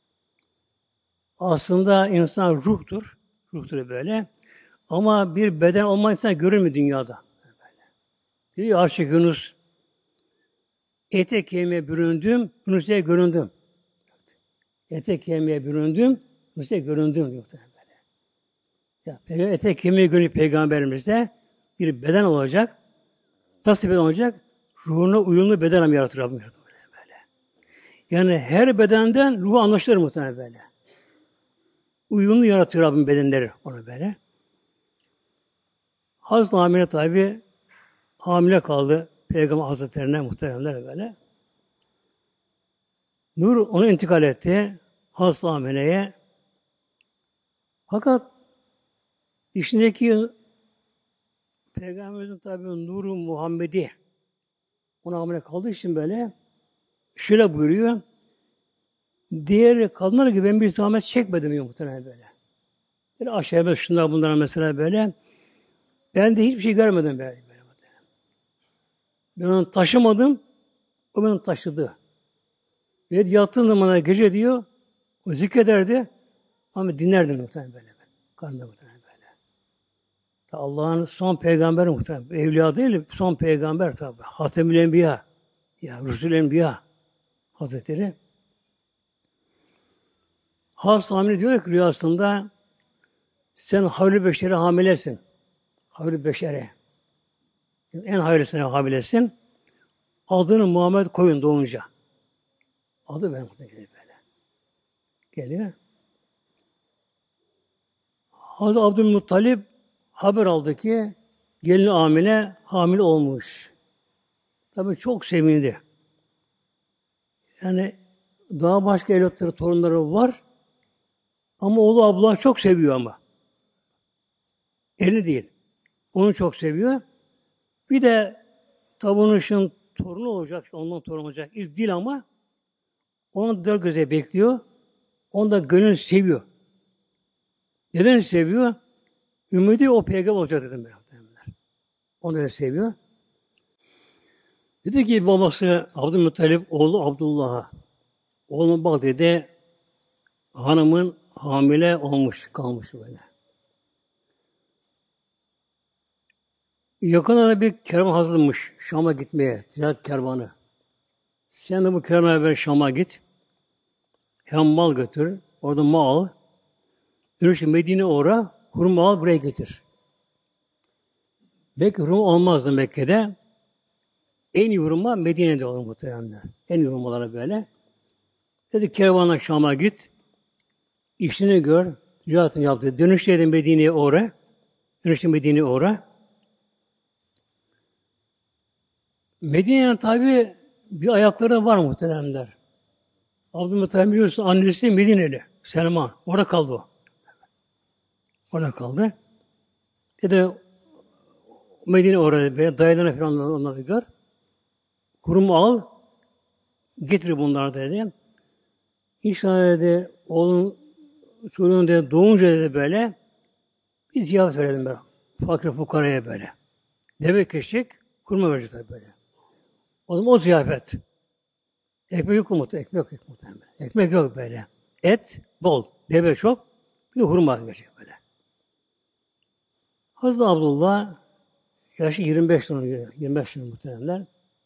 Speaker 1: Aslında insan ruhtur. Ruhtur böyle. Ama bir beden olmayan insan görülmüyor dünyada. Böyle. Diyor Arş-ı Yunus, ete kemiğe büründüm, Yunus'a göründüm. Ete kemiğe büründüm, Yunus'a göründüm diyor böyle. Ya, ete kemiğe görünüp Peygamberimize bir beden olacak. Nasıl beden olacak? Ruhuna uyumlu beden yaratır Rabbim yaratır böyle. Yani her bedenden ruhu anlaşılır muhtemelen böyle. Uyumlu yaratıyor Rabbim bedenleri ona böyle. Hazreti Amine tabi hamile kaldı Peygamber Hazretlerine muhteremler böyle. Nur onu intikal etti Hazreti Amine'ye. Fakat içindeki Peygamberimizin tabi nuru Muhammedi ona hamile kaldığı için böyle şöyle buyuruyor. Diğer kadınlar gibi ben bir zahmet çekmedim diyor muhtemelen böyle. Böyle aşağıya şunlar bunlar mesela böyle. Ben de hiçbir şey görmedim böyle. böyle. Ben onu taşımadım, o beni taşıdı. Ve yattığım zaman gece diyor, o zikrederdi ama dinlerdi muhtemelen böyle. Karnında muhtemelen böyle. Allah'ın son peygamberi muhtemelen. Evliya değil, son peygamber tabi. Hatemül Enbiya. Ya Resul Enbiya Hazretleri. Hazreti Amine diyor ki rüyasında sen havli beşere hamilesin. Havli beşere. En hayırlısına hamilesin. Adını Muhammed koyun doğunca. Adı benim böyle. Geliyor. Hazreti Abdülmuttalip haber aldı ki gelini Amine hamile olmuş. Tabii çok sevindi. Yani daha başka evlatları, torunları var. Ama oğlu abla çok seviyor ama. Eli değil. Onu çok seviyor. Bir de tabi onun için torunu olacak, ondan torun olacak. İlk değil ama onu dört göze bekliyor. Onu da gönül seviyor. Neden seviyor? Ümidi o peygamber olacak dedim ben. Onu öyle seviyor. Dedi ki babası Abdülmuttalip oğlu Abdullah'a, oğlum bak dedi, hanımın hamile olmuş, kalmış böyle. Yakında da bir kervan hazırlamış Şam'a gitmeye, ticaret kervanı. Sen de bu kervana ver Şam'a git. Hem mal götür, orada mal al. Dönüşte Medine uğra, hurma al buraya getir. Belki hurma olmazdı Mekke'de. En iyi hurma Medine'de olur muhtemelen. En iyi hurmaları böyle. Dedi kervanla Şam'a git. İşini gör. Ticaretini yaptı. Dönüşte de Medine'ye uğra. Dönüşte Medine'ye uğra. Medine'nin tabi bir ayakları var muhteremler. Abdülmuttalip biliyorsun annesi Medineli. Selma. Orada kaldı o. Orada kaldı. Dedi Medine orada böyle dayılarına falan onları gör. Kurumu al. Getir bunları dedi. İnşallah dedi oğlun çocuğun dedi doğunca dedi böyle bir ziyafet verelim böyle. Fakir fukaraya böyle. Deve keşik kurma verecek tabii böyle. O zaman o ziyafet. Ekmek yok mu? Ekmek yok. Ekmek, ekmek yok böyle. Et bol. Deve çok. Bir de hurma verecek böyle. Hazreti Abdullah yaşı yirmi beş yıl, yirmi beş yıl muhteremler.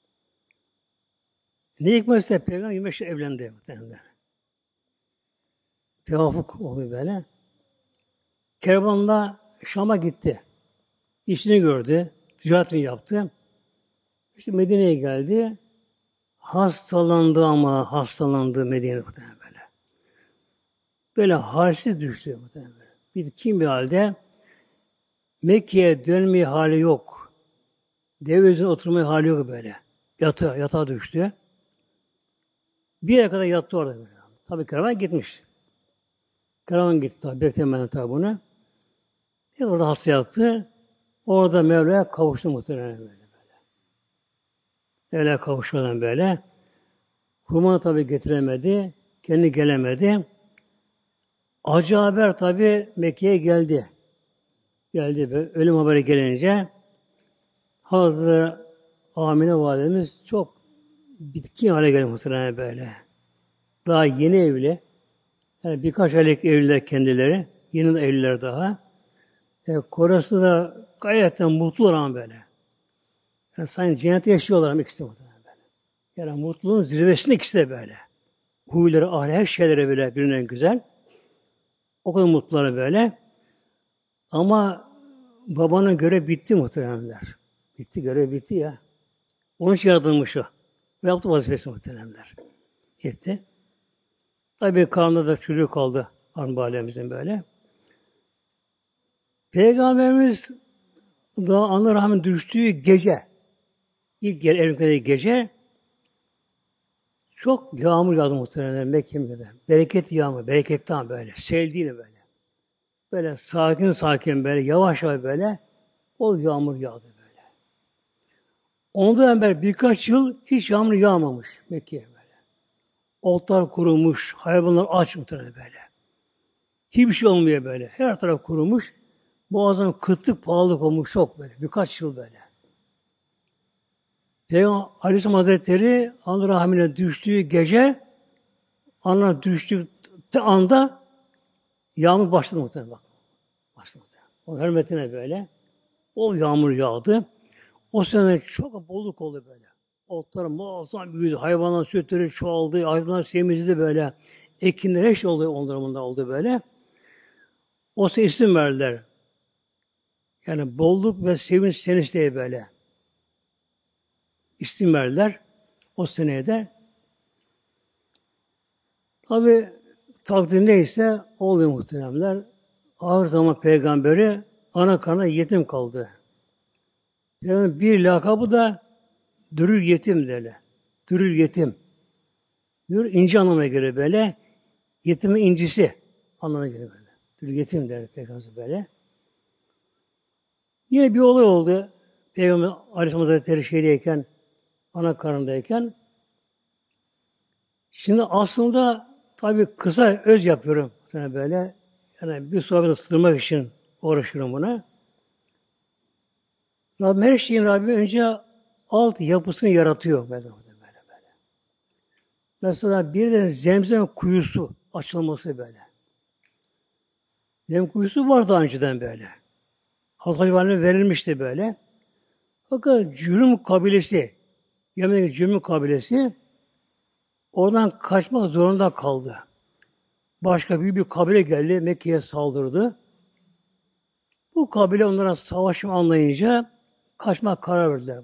Speaker 1: Ne hikmetse Peygamber yirmi beş yıl evlendi muhteremler. Tevafuk oluyor böyle. Kervanla Şam'a gitti. İşini gördü. Ticaretini yaptı. İşte Medine'ye geldi. Hastalandı ama hastalandı Medine'de muhtemelen böyle. Böyle halsiz düştü muhtemelen böyle. Bir kim bir halde Mekke'ye dönmeye hali yok. Deve üzerine oturmaya hali yok böyle. Yatağa, yatağa düştü. Bir yere kadar yattı orada böyle. Tabii karavan gitmiş. Karavan gitti tabii. Beklemeden tabii bunu. Bir orada hasta yattı. Orada Mevla'ya kavuştu muhtemelen böyle. böyle. Mevla'ya kavuşmadan böyle. Hurmanı tabii getiremedi. Kendi gelemedi. Acı haber tabii Mekke'ye geldi. Geldi böyle. Ölüm haberi gelince Hazreti Amine validemiz çok bitkin hale geldi muhtemelen böyle. Daha yeni evli. Yani birkaç aylık evliler kendileri. Yeni de evliler daha. E, Korası da gayet mutlular ama böyle. Yani sanki cennette yaşıyorlar ama ikisi de muhtemelen böyle. Yani mutluluğun zirvesinde ikisi de böyle. Huyları, ahlakı, her şeyleri böyle birbirinden güzel. O kadar mutlular böyle. Ama babanın görev bitti muhtemelenler. Bitti, görev bitti ya. Onun için yaratılmış o. Ve yaptı vazifesi muhtemelenler. Gitti. Tabii karnında da çocuğu kaldı Anbalemizin böyle. Peygamberimiz daha ana rahmin düştüğü gece, ilk yer evlilikleri gece çok yağmur yağdı muhtemelen Mekke'de. Bereket yağmur, bereketli ama böyle. Sel değil böyle. Böyle sakin sakin böyle, yavaş yavaş böyle bol yağmur yağdı böyle. Ondan beri birkaç yıl hiç yağmur yağmamış Mekke'ye böyle. Otlar kurumuş, hayvanlar aç muhtemelen böyle. Hiçbir şey olmuyor böyle. Her taraf kurumuş. Boğazdan kıtlık, pahalılık olmuş çok böyle. Birkaç yıl böyle. Peygamber Aleyhisselam Hazretleri ana rahmine düştüğü gece ana düştüğü anda yağmur başladı muhtemelen bak. Başladı muhtemelen. O hürmetine böyle. O yağmur yağdı. O sene çok bolluk oldu böyle. Otlar muazzam büyüdü. Hayvanlar sütleri çoğaldı. Hayvanlar semizledi böyle. Ekinler her şey oldu onların oldu böyle. O sene isim verdiler. Yani bolluk ve sevinç senesi diye böyle. İsim verdiler. O seneye de. Tabi takdir neyse oluyor muhteremler. Ağır zaman peygamberi ana karnına yetim kaldı. Yani bir lakabı da dürül yetim derler. Dürül yetim. Dürül inci anlamına göre böyle. Yetimin incisi anlamına göre böyle. Dürül yetim derler peygamber böyle. Yine bir olay oldu. Peygamber Aleyhisselam Hazretleri şeydeyken, ana karnındayken. Şimdi aslında tabii kısa öz yapıyorum sana böyle. Yani bir sohbete sığdırmak için uğraşıyorum buna. Rabbim her şeyin Rabbim önce alt yapısını yaratıyor. Böyle, böyle, böyle. Mesela bir de zemzem kuyusu açılması böyle. Zemzem kuyusu var daha önceden böyle. Hazreti Ali'ne verilmişti böyle. Fakat Cürüm kabilesi, Yemen'deki Cürüm kabilesi oradan kaçmak zorunda kaldı. Başka büyük bir kabile geldi, Mekke'ye saldırdı. Bu kabile onlara savaşı anlayınca kaçmak karar verdiler.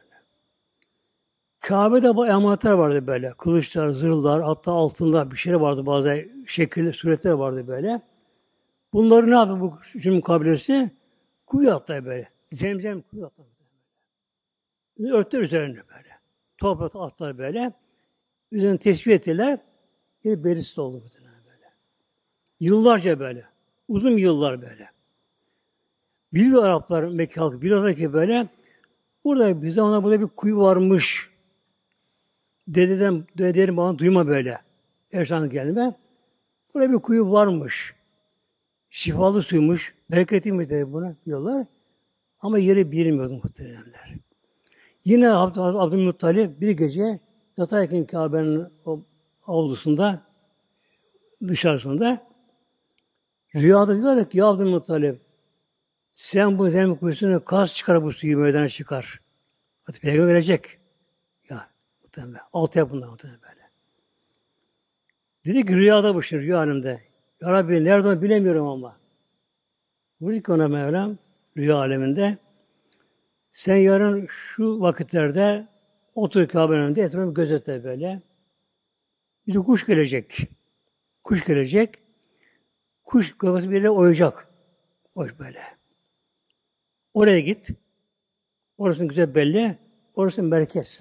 Speaker 1: Kabe'de bu emanetler vardı böyle. Kılıçlar, zırhlar, hatta altında bir şeyler vardı. Bazı şekilli suretler vardı böyle. Bunları ne yaptı bu Cürüm kabilesi? Kuyu attı böyle. Zemzem kuyu attı. Örtler üzerinde böyle. Toprak atlar böyle. Üzerine tesbih ettiler. Bir berisi oldu böyle. Yıllarca böyle. Uzun yıllar böyle. Biliyor Araplar, Mekke halkı biliyorlar ki böyle burada bir zamanlar burada bir kuyu varmış. Dededen, dedelerim bana duyma böyle. Erşan gelme. Burada bir kuyu varmış. Şifalı suymuş. Bereketli mi dedi buna diyorlar. Ama yeri bilmiyordu muhteremler. Yine Abd Abdülmuttalip bir gece yatarken Kabe'nin o avlusunda dışarısında rüyada diyorlar ki ya Abdülmuttalip sen bu zemin kuyusunu kaz çıkar bu suyu meydana çıkar. Hadi peygamber verecek. Ya muhtemelen. Altı yapımda muhtemelen böyle. Dedi ki rüyada bu şey rüya halimde. Ya Rabbi nereden bilemiyorum ama. Buyurdu ki ona Mevlam rüya aleminde sen yarın şu vakitlerde otur Kabe'nin önünde etrafını gözetle böyle. Bir de kuş gelecek. Kuş gelecek. Kuş gagası bir yere oyacak. Oy böyle. Oraya git. Orası güzel belli. Orası merkez.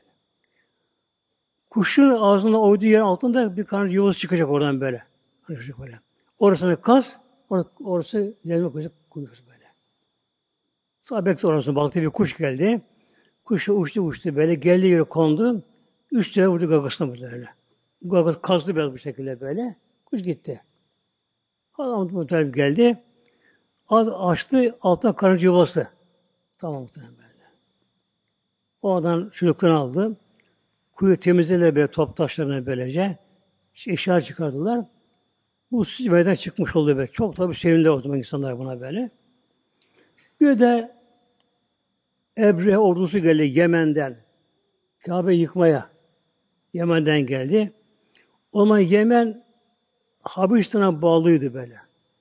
Speaker 1: Kuşun ağzında oyduğu yer altında bir kanat yuvası çıkacak oradan böyle. böyle. Orasını kaz. Orası, orası zemzem kuyusu böyle. Sahabek orasına baktı bir kuş geldi. Kuş uçtu uçtu böyle. Geldi yere kondu. Üç tane vurdu gagasına böyle. Gagası kazdı biraz bu şekilde böyle. Kuş gitti. Adam muhtemelen geldi. Az açtı. Altına karınca yuvası. Tamam muhtemelen böyle. O adam çocuklarını aldı. Kuyu temizlediler böyle top taşlarına böylece. Eşya çıkardılar. Bu meydan çıkmış oldu böyle. Çok tabii sevindiler o zaman insanlar buna böyle. Bir de Ebre ordusu geldi Yemen'den. Kabe yıkmaya. Yemen'den geldi. O zaman Yemen Habeşistan'a bağlıydı böyle.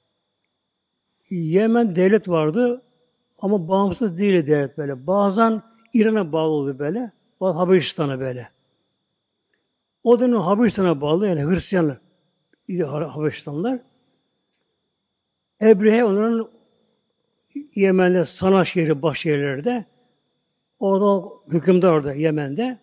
Speaker 1: Yemen devlet vardı ama bağımsız değil devlet böyle. Bazen İran'a bağlı oldu böyle. Bazen Habeşistan'a böyle. O dönem Habeşistan'a bağlı yani Hristiyanlar, Habeşistanlılar. Ebrehe onların Yemen'de Sana şehri, baş şehirlerde orada hükümdar orada Yemen'de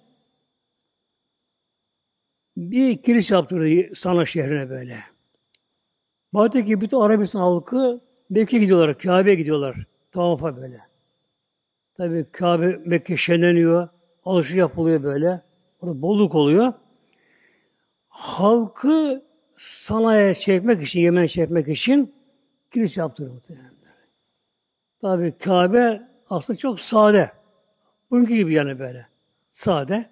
Speaker 1: bir kilise yaptırdı Sana şehrine böyle. Baktı ki bütün Arabistan halkı Mekke'ye gidiyorlar, Kabe'ye gidiyorlar. Tavafa böyle. Tabii Kabe, Mekke şenleniyor, alışveriş yapılıyor böyle. Orada bolluk oluyor. Halkı Sana'ya çekmek için, Yemen'e çekmek için kilise yaptırıyor muhtemelen. Tabii Kabe aslında çok sade. Bugünkü gibi yani böyle. Sade.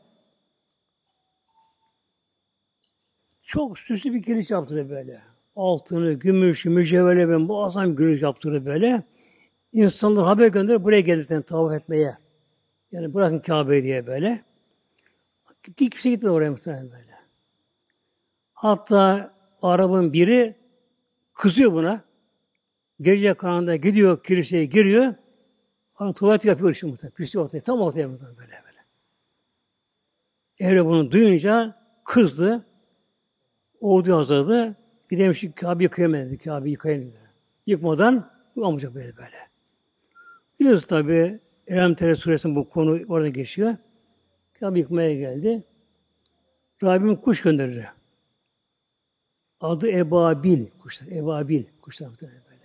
Speaker 1: Çok süslü bir kilise yaptırıyor böyle. Altını, gümüşü, mücevherle ben muazzam gümüş yaptırıyor böyle. İnsanlar haber gönderir buraya geldiklerini tavaf etmeye. Yani bırakın Kabe'yi diye böyle. Kimse gitmedi oraya muhtemelen böyle. Hatta Arap'ın biri kızıyor buna. Gece karanlığında gidiyor, kiliseye giriyor. Hani tuvalet yapıyor işte muhtemelen. Pisliyor ortaya. Tam ortaya muhtemelen böyle böyle. Evre bunu duyunca kızdı. Ordu hazırladı. Gidelim şu Kabe'yi yıkayalım dedi. Kabe'yi yıkayalım dedi. Yıkmadan olmayacak böyle böyle. Biliyorsunuz tabi Elhamdülillah suresinin bu konu orada geçiyor. Kabe yıkmaya geldi. Rabbim kuş gönderir. Adı Ebabil kuşlar. Ebabil kuşlar muhtemelen böyle.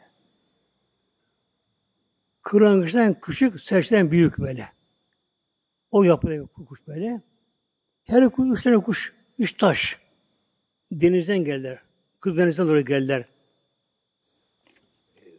Speaker 1: Kırlangıçtan küçük, serçeden büyük böyle. O yapıda bir kuş böyle. Her kuş, üç tane kuş, üç taş. Denizden geldiler. Kız denizden doğru geldiler.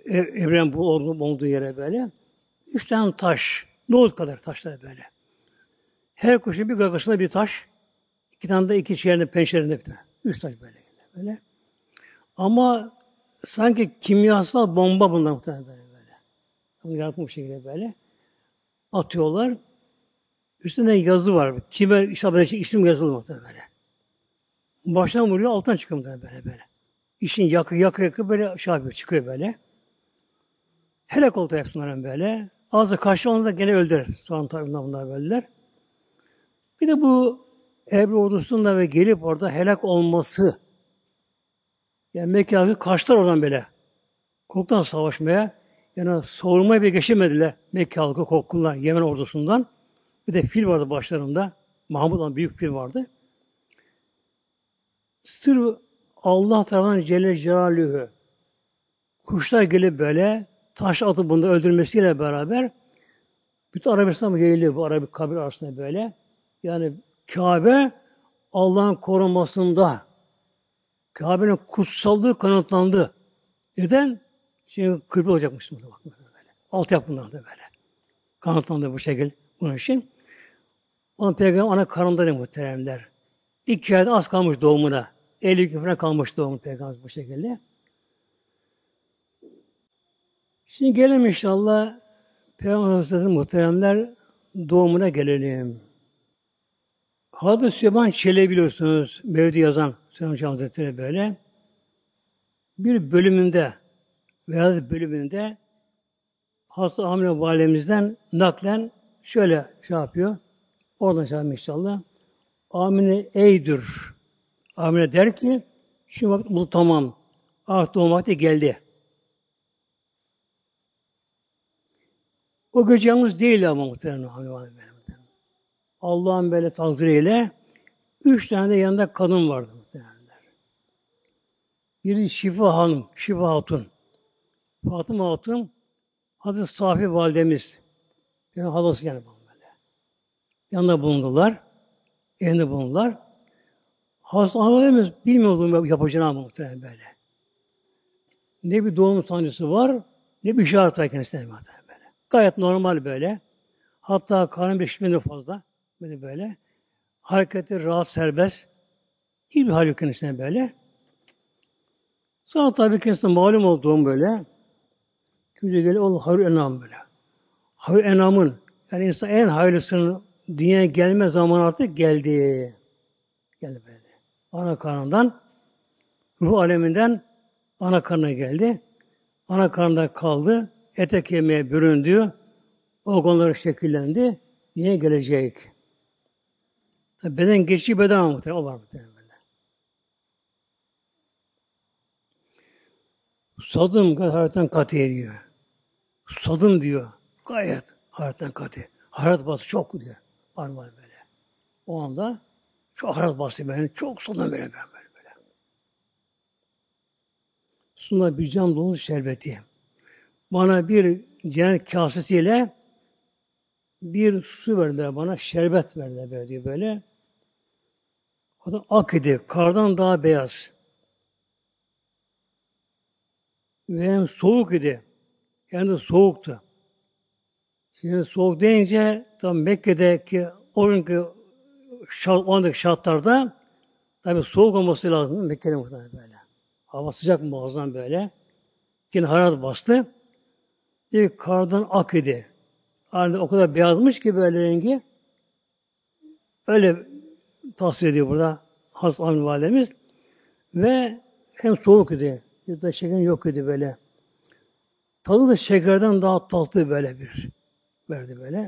Speaker 1: ev- evren bu olduğu, olduğu yere böyle. Üç tane taş. Nohut kadar taşlar böyle. Her kuşun bir gagasında bir taş. İki tane de iki yerinde pençelerinde bir tane. Üç taş böyle. Böyle. Ama sanki kimyasal bomba bunlar muhtemelen böyle. böyle. Bunu yaratmış şekilde böyle. Atıyorlar. Üstünde yazı var. Kime isabet edecek isim yazılı muhtemelen böyle. Baştan vuruyor, alttan çıkıyor muhtemelen böyle böyle. İşin yakı yakı yakı böyle şey yapıyor, çıkıyor böyle. Helak oldu hepsi bunların böyle. Ağzı kaçtı onu da gene öldürer. Sonra tabi bunlar öldüler. Bir de bu Ebru ordusunda ve gelip orada helak olması. Yani Mekke halkı kaçtılar oradan böyle. Korktan savaşmaya. Yani savunmaya bir geçemediler. Mekke halkı korktular Yemen ordusundan. Bir de fil vardı başlarında. Mahmud olan büyük fil vardı. Sırf Allah tarafından Celle Celaluhu kuşlar gelip böyle taş atıp bunu öldürmesiyle beraber bütün Arabistan yayılıyor bu Arabik kabir arasında böyle. Yani Kabe Allah'ın korunmasında Kabe'nin kutsallığı kanıtlandı. Neden? Çünkü kıble olacakmış burada bak böyle. Altyapı bunlar da böyle. Kanıtlandı bu şekilde bunun için. Onun peygamber ana karnında muhteremler. İki ayda az kalmış doğumuna. elli gün falan kalmış doğumu peygamber bu şekilde. Şimdi gelelim inşallah Peygamber Aleyhisselatü muhteremler doğumuna gelelim. Hazreti Süleyman Çelebi biliyorsunuz Mevlid yazan Süleyman Hazretleri böyle bir bölümünde veya bölümünde Hazreti Amine Validemizden naklen şöyle şey yapıyor. Oradan şey yapıyor inşallah. Amine eydir. Amine der ki şu vakit bu tamam. Artık doğum vakti geldi. O gece yalnız değil ama muhtemelen Amine Validem. Allah'ın böyle takdiriyle üç tane de yanında kadın vardı muhtemelen. Biri Şifa Hanım, Şifa Hatun. Fatıma Hatun, Hazreti Safi Validemiz. Yani halası yani böyle. Yanında bulundular. Elinde bulundular. Hazreti Validemiz bilmiyordu yapacağını muhtemelen böyle. Ne bir doğum sancısı var, ne bir işaret var kendisine muhtemelen böyle. Gayet normal böyle. Hatta karnı bir şişmedi fazla. Böyle böyle. Hareketleri rahat, serbest. İyi bir hal yok kendisine böyle. Sonra tabii kendisine malum olduğum böyle. Kimse geliyor, o hayır enam böyle. Hayır enamın, yani insan en hayırlısının dünyaya gelme zamanı artık geldi. Geldi böyle. Ana karnından, ruh aleminden ana karnına geldi. Ana karnında kaldı. Ete kemiğe büründü. Organları şekillendi. Dünyaya gelecek. Tabii beden geçici beden ama muhtemelen. O var muhtemelen böyle. Sadım hayattan katı ediyor. Sadım diyor. Gayet hayattan katı. Hayat bası çok diyor. Armağan böyle. O anda çok hayat bası ben. Çok sadım böyle ben böyle. böyle. Sonra bir cam dolu şerbeti. Bana bir cennet kasesiyle bir su verdiler bana. Şerbet verdiler böyle diyor böyle. O da ak idi. Kardan daha beyaz. Ve hem soğuk idi. Hem de soğuktu. Şimdi soğuk deyince tam Mekke'deki o günkü şart, o andaki şartlarda tabi soğuk olması lazım. Mekke'de muhtemelen böyle. Hava sıcak muazzam böyle. Yine hararet bastı. İlk kardan ak idi. Yani o kadar beyazmış ki böyle rengi. Öyle tasvir ediyor burada Hazreti Amine Validemiz. Ve hem soğuk idi. Yüzde şeker yok idi böyle. Tadı da şekerden daha tatlı böyle bir verdi böyle.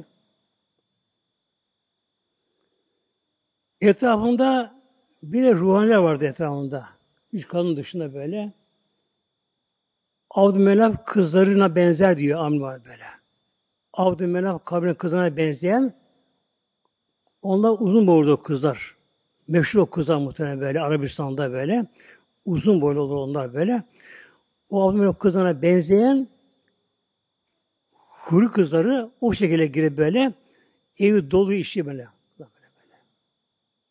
Speaker 1: Etrafında bir de ruhaniler vardı etrafında. Üç kadın dışında böyle. Abdümenaf kızlarına benzer diyor Amine var böyle. Abdümenaf kabirin kızlarına benzeyen onlar uzun boylu o kızlar. Meşhur o kızlar muhtemelen böyle Arabistan'da böyle. Uzun boylu olur onlar böyle. O Abdümenaf kızlarına benzeyen huri kızları o şekilde girip böyle evi dolu işi böyle. böyle, böyle.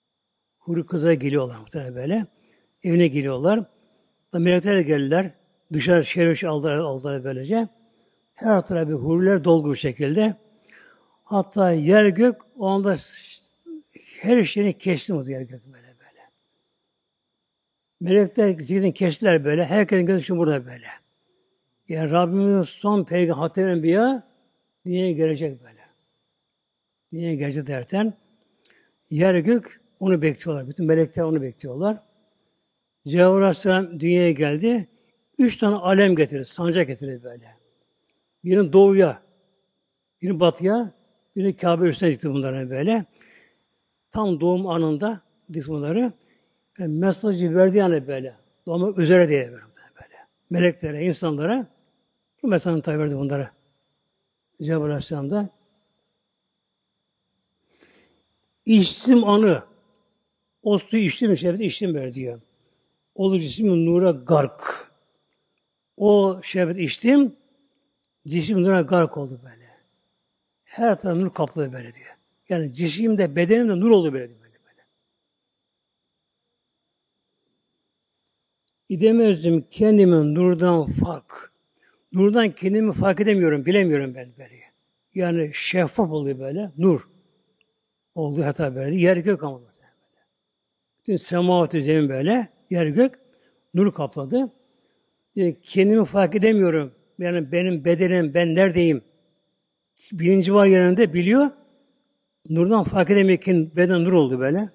Speaker 1: Huri kızlara geliyorlar muhtemelen böyle. Evine geliyorlar. Melekler de gelirler. Dışarı çevirmiş aldılar, aldılar böylece. Her tarafı huriler dolgu bir şekilde. Hatta yer gök o anda her şeyini kesti o yer gök böyle böyle. Melekler zikrini kestiler böyle. Herkesin gözü burada böyle. Yani Rabbimizin son peygamber Hatem Enbiya dünyaya gelecek böyle. Dünyaya gelecek derken yer gök onu bekliyorlar. Bütün melekler onu bekliyorlar. Cebrail Aleyhisselam dünyaya geldi. Üç tane alem getirdi. Sancak getirdi böyle. Birinin doğuya, birinin batıya, birinin Kabe üstüne çıktı bunlara böyle. Tam doğum anında bunları yani mesajı verdi yani böyle. Doğmak üzere diye böyle. Meleklere, insanlara bu mesajını tabi verdi bunlara. Cebrail Aleyhisselam'da. İçtim anı. O suyu içtim, şerbeti içtim böyle diyor. Olur cismi nura gark. O şerbeti içtim, cismi nura gark oldu böyle. Her taraf nur kapladı böyle diyor. Yani cisimde, bedenimde nur oldu böyle diyor. Böyle, böyle. İdemezdim kendimi nurdan fark. Nurdan kendimi fark edemiyorum, bilemiyorum ben böyle. Yani şeffaf oluyor böyle, nur. Oldu hatta böyle, yer gök ama böyle. Bütün semavatü zemin böyle, yer gök, nur kapladı. Yani kendimi fark edemiyorum. Yani benim bedenim, ben neredeyim? Bilinci var yanında biliyor. Nurdan fark edemiyor ki beden nur oldu böyle.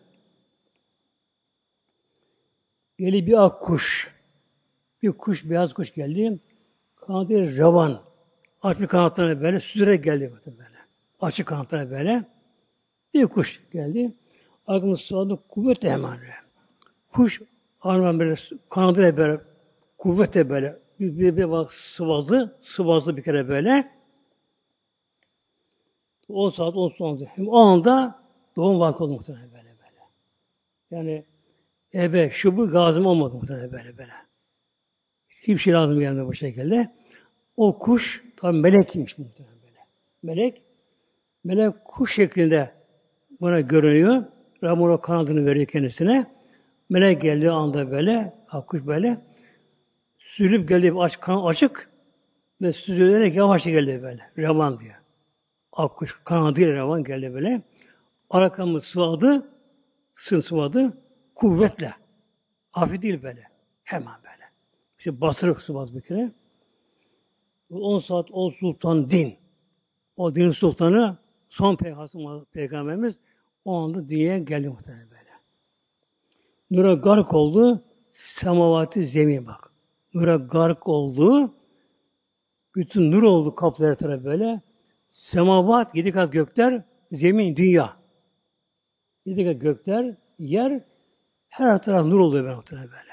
Speaker 1: Geli bir ak kuş. Bir kuş, beyaz kuş geldi. Kanadı revan. Aç bir kanatlarına böyle süzerek geldi böyle. Açık kanatlarına böyle. Bir kuş geldi. Aklımız sağladı kuvvetle hemen. Kuş anlam böyle kanadıyla böyle kuvvetle böyle bir, bir, bir bak sıvazlı, sıvazlı bir kere böyle. on saat, on saat. O anda doğum vakti oldu muhtemelen böyle böyle. Yani ebe, şu bu gazım olmadı muhtemelen böyle böyle. Hiçbir şey lazım gelmedi bu şekilde. O kuş tabi melekmiş muhtemelen böyle. Melek, melek kuş şeklinde bana görünüyor. Rabbim o kanadını veriyor kendisine. Melek geldiği anda böyle, kuş böyle, süzülüp geldi, aç, kan açık ve süzülerek yavaşça geldi böyle. Revan diyor. Akkuş kanadıyla revan geldi böyle. Arakamı sıvadı, sın sıvadı, kuvvetle. Hafif değil böyle. Hemen böyle. İşte bastırıp sıvadı bir kere. on saat o sultan din. O din sultanı son peygamberimiz, peygamberimiz o anda dünyaya geldi muhtemelen böyle. Nura gark oldu, semavatı zemin bak. Nura gark oldu, bütün nur oldu kapları tarafı böyle. Semavat, yedi kat gökler, zemin, dünya. Yedi kat gökler, yer, her taraf nur oluyor böyle. böyle.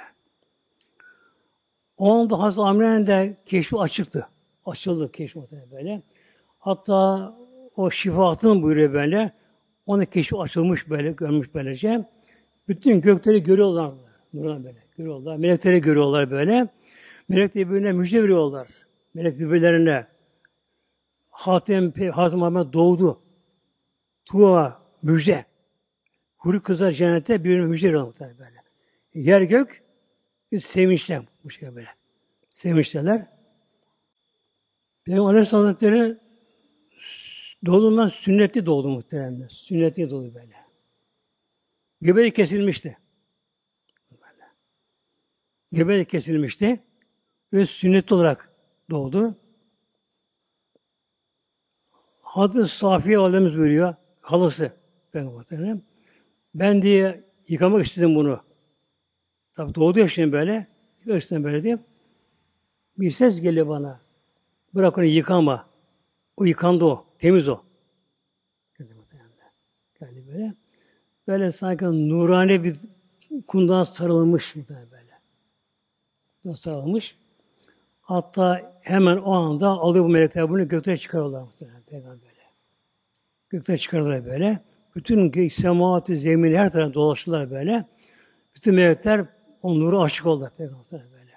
Speaker 1: O anda Hazreti Amine'nin de keşfi açıktı. Açıldı keşfi böyle. Hatta o şifaatın buyuruyor böyle. Onun keşfi açılmış böyle, görmüş böylece. Bütün gökleri görüyorlar. Nurlar böyle, görüyorlar. Melekleri görüyorlar böyle. Melek de birbirine müjde veriyorlar. Melek birbirlerine. Hatem, Hazreti Muhammed doğdu. Tuğa, müjde. Huri kızlar cennette birbirine müjde veriyorlar böyle. Yer gök, sevinçler bu şey böyle. Sevinçler. Peygamber Aleyhisselam Hazretleri doğduğundan sünnetli doğdu muhtemelen. Sünnetli doğdu böyle. Göbeği kesilmişti. Böyle. Göbeği kesilmişti ve sünnet olarak doğdu. Hazreti Safiye Validemiz buyuruyor, halası Peygamber'e. Ben diye yıkamak istedim bunu. Tabi doğdu ya şimdi böyle. Yıkamak istedim böyle diye. Bir ses geliyor bana. Bırak onu yıkama. O yıkandı o. Temiz o. Geldi böyle. Böyle sanki nurani bir kundan sarılmış böyle. Kundan sarılmış. Hatta hemen o anda alıyor bu melekler bunu göklere çıkarıyorlar muhtemelen peygamberle. Göklere çıkarıyorlar böyle. Bütün semavatı, zemini her taraftan dolaştılar böyle. Bütün melekler o nuru aşık oldular peygamberle böyle.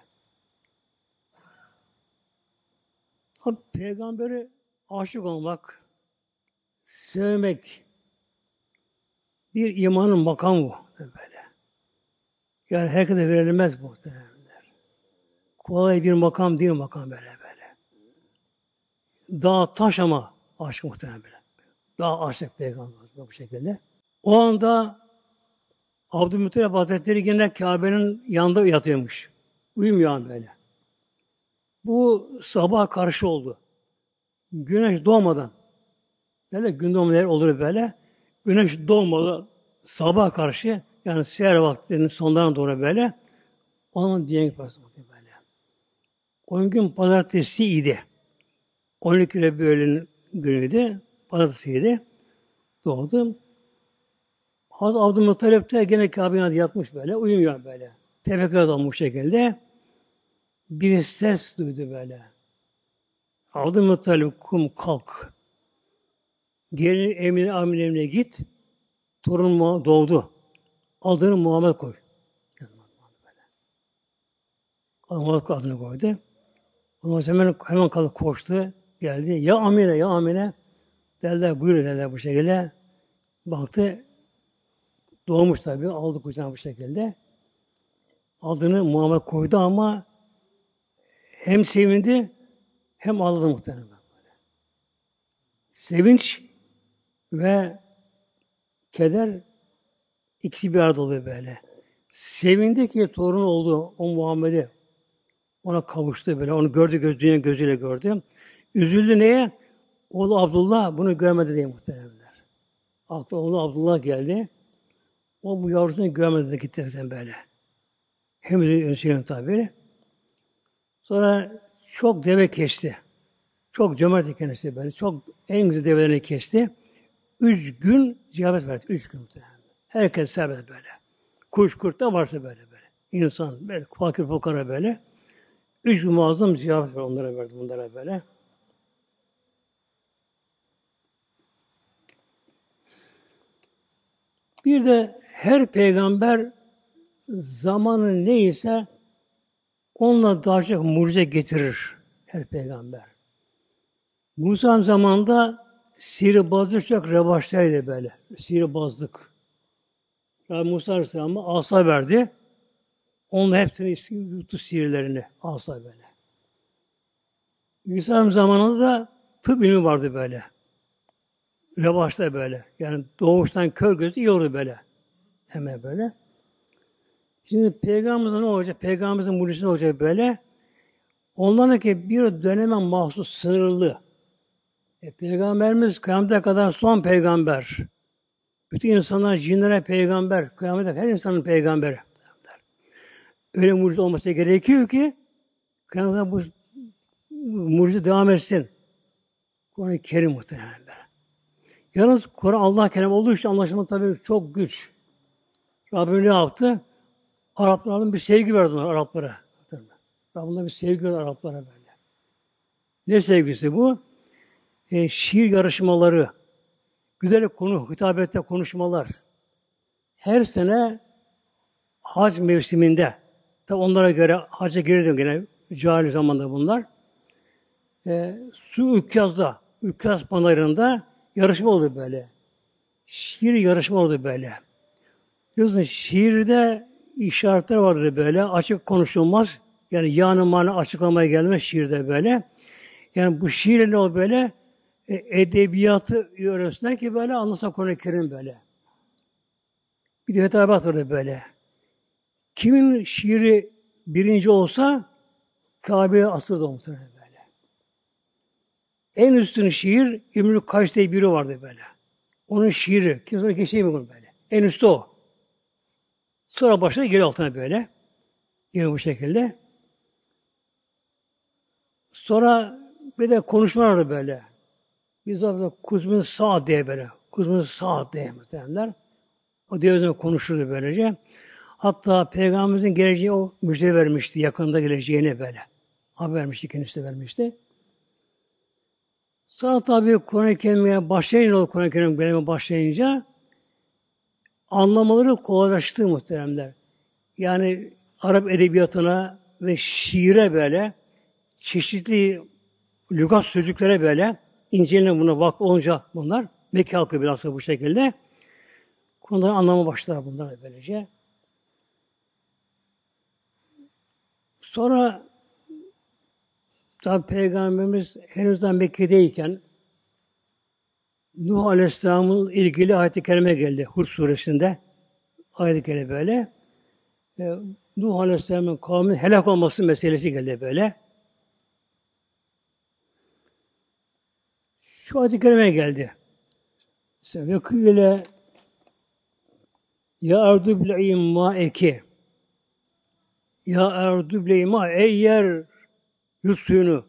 Speaker 1: Tabi peygamberi aşık olmak, sevmek bir imanın makamı bu böyle. Yani herkese verilmez muhtemelenler. kolay bir makam değil makam böyle böyle. Dağ taş ama aşk muhtemelen böyle. Dağ aşık peygamber bu şekilde. O anda Abdülmuttalip Hazretleri yine Kabe'nin yanında yatıyormuş. Uyumuyor böyle. Bu sabah karşı oldu. Güneş doğmadan. Böyle gün doğumları olur böyle. Güneş doğmadan sabah karşı yani seher vaktinin sonlarına doğru böyle o zaman dünya yaparsın böyle. O gün pazartesiydi. on iki Rabiül'ün günüydü. Pazartesiydi. Doğdu. Hazreti Abdülmuttalip de gene Kabe'ye yatmış böyle. Uyumuyor böyle. Tefekkür olmuş şekilde. Bir ses duydu böyle. Abdülmuttalip kum kalk. Gelin Emine Amine'ne git. Torun doğdu. Adını Muhammed koy. Muhammed adını koydu. Ondan sonra hemen, hemen kalk koştu. Geldi. Ya Amine, ya Amine. Derler, buyur derler bu şekilde. Baktı. Doğmuş tabii. Aldı kucağına bu şekilde. Adını Muhammed koydu ama hem sevindi hem ağladı muhtemelen. Sevinç ve keder ikisi bir arada oluyor böyle. Sevindi ki torun oldu o Muhammed'i. Ona kavuştu böyle. Onu gördü gözüyle, gözüyle gördü. Üzüldü neye? Oğlu Abdullah bunu görmedi diye muhtemelenler. Aklı oğlu Abdullah geldi. O bu yavrusunu görmedi de gitti sen böyle. Hem de Hüseyin tabi. Sonra çok deve kesti. Çok cömert kendisi böyle. Çok en güzel develerini kesti. Üç gün ziyafet verdi. Üç gün muhtemelen. Herkes serbest böyle. Kuş kurt da varsa böyle böyle. İnsan böyle fakir fukara böyle. Üç gün muazzam ziyafet verdi. Onlara verdi bunlara böyle. Bir de her peygamber zamanı neyse onunla daha çok mucize getirir her peygamber. Musa'nın zamanında sihirbazlık çok revaçtaydı böyle. Sihirbazlık. Yani Musa Aleyhisselam'a asa verdi. Onunla hepsini yuttu sihirlerini. Asa böyle. İsa'nın zamanında da tıp ilmi vardı böyle. Revaçta böyle. Yani doğuştan kör gözü iyi oldu böyle. Hemen böyle. Şimdi Peygamberimizin ne olacak? Peygamberimizin mucizesi ne olacak böyle? Onların ki bir döneme mahsus sınırlı. E, Peygamberimiz kıyamete kadar son peygamber. Bütün insanlar cinlere peygamber. Kıyamete her insanın peygamberi. Öyle mucize olması gerekiyor ki kıyamete bu, bu mucize devam etsin. Kur'an-ı Kerim muhtemelen böyle. Yalnız Kur'an Allah kelam olduğu için anlaşılma tabii çok güç. Rabbim ne yaptı? Arapların bir sevgi verdi onlar Araplara. Rabbim'den bir sevgi verdi Araplara böyle. Ne sevgisi bu? E, şiir yarışmaları, güzel konu, hitabette konuşmalar. Her sene hac mevsiminde, tabi onlara göre hacca girdim gene cahil zamanda bunlar. E, Su Ükkaz'da, Ükkaz Panayırı'nda yarışma oldu böyle. Şiir yarışma oldu böyle. Biliyorsun şiirde işaretler vardır böyle. Açık konuşulmaz. Yani yanı mana açıklamaya gelmez şiirde böyle. Yani bu şiirle o böyle e, edebiyatı öğrensinler ki böyle anlasın Kur'an-ı Kerim böyle. Bir de hetabat vardır böyle. Kimin şiiri birinci olsa Kabe'ye asırdı muhtemelen böyle. En üstün şiir İbn-i Kays diye biri vardı böyle. Onun şiiri. Kimse geçeyim bunu böyle. En üstü o. Sonra başladı geri altına böyle. Yine bu şekilde. Sonra bir de konuşmalar vardı böyle. Biz de Kuzmun Sa'd diye böyle. Kuzmun Sa'd diye muhtemelenler. O diye konuşurdu böylece. Hatta Peygamberimizin geleceği o müjde vermişti. Yakında geleceğini böyle. Haber vermişti, kendisi de vermişti. Sonra tabii Kur'an-ı Kerim'e başlayınca, Kur'an-ı Kerim'e başlayınca anlamaları kolaylaştı muhteremler. Yani Arap edebiyatına ve şiire böyle çeşitli lügat sözcüklere böyle inceline buna bak olunca bunlar Mekke halkı bilhassa bu şekilde konuları anlama başlar bunlar böylece. Sonra Tabi Peygamberimiz henüz daha Mekke'deyken Nuh Aleyhisselam'ın ilgili ayet-i kerime geldi. Hud suresinde ayet-i kerime böyle. E, Nuh Aleyhisselam'ın kavminin helak olması meselesi geldi böyle. Şu ayet-i kerime geldi. Ve kıyıle ya erdu bil'im ma'eki ya erdu bil'im ma ey yer yut suyunu.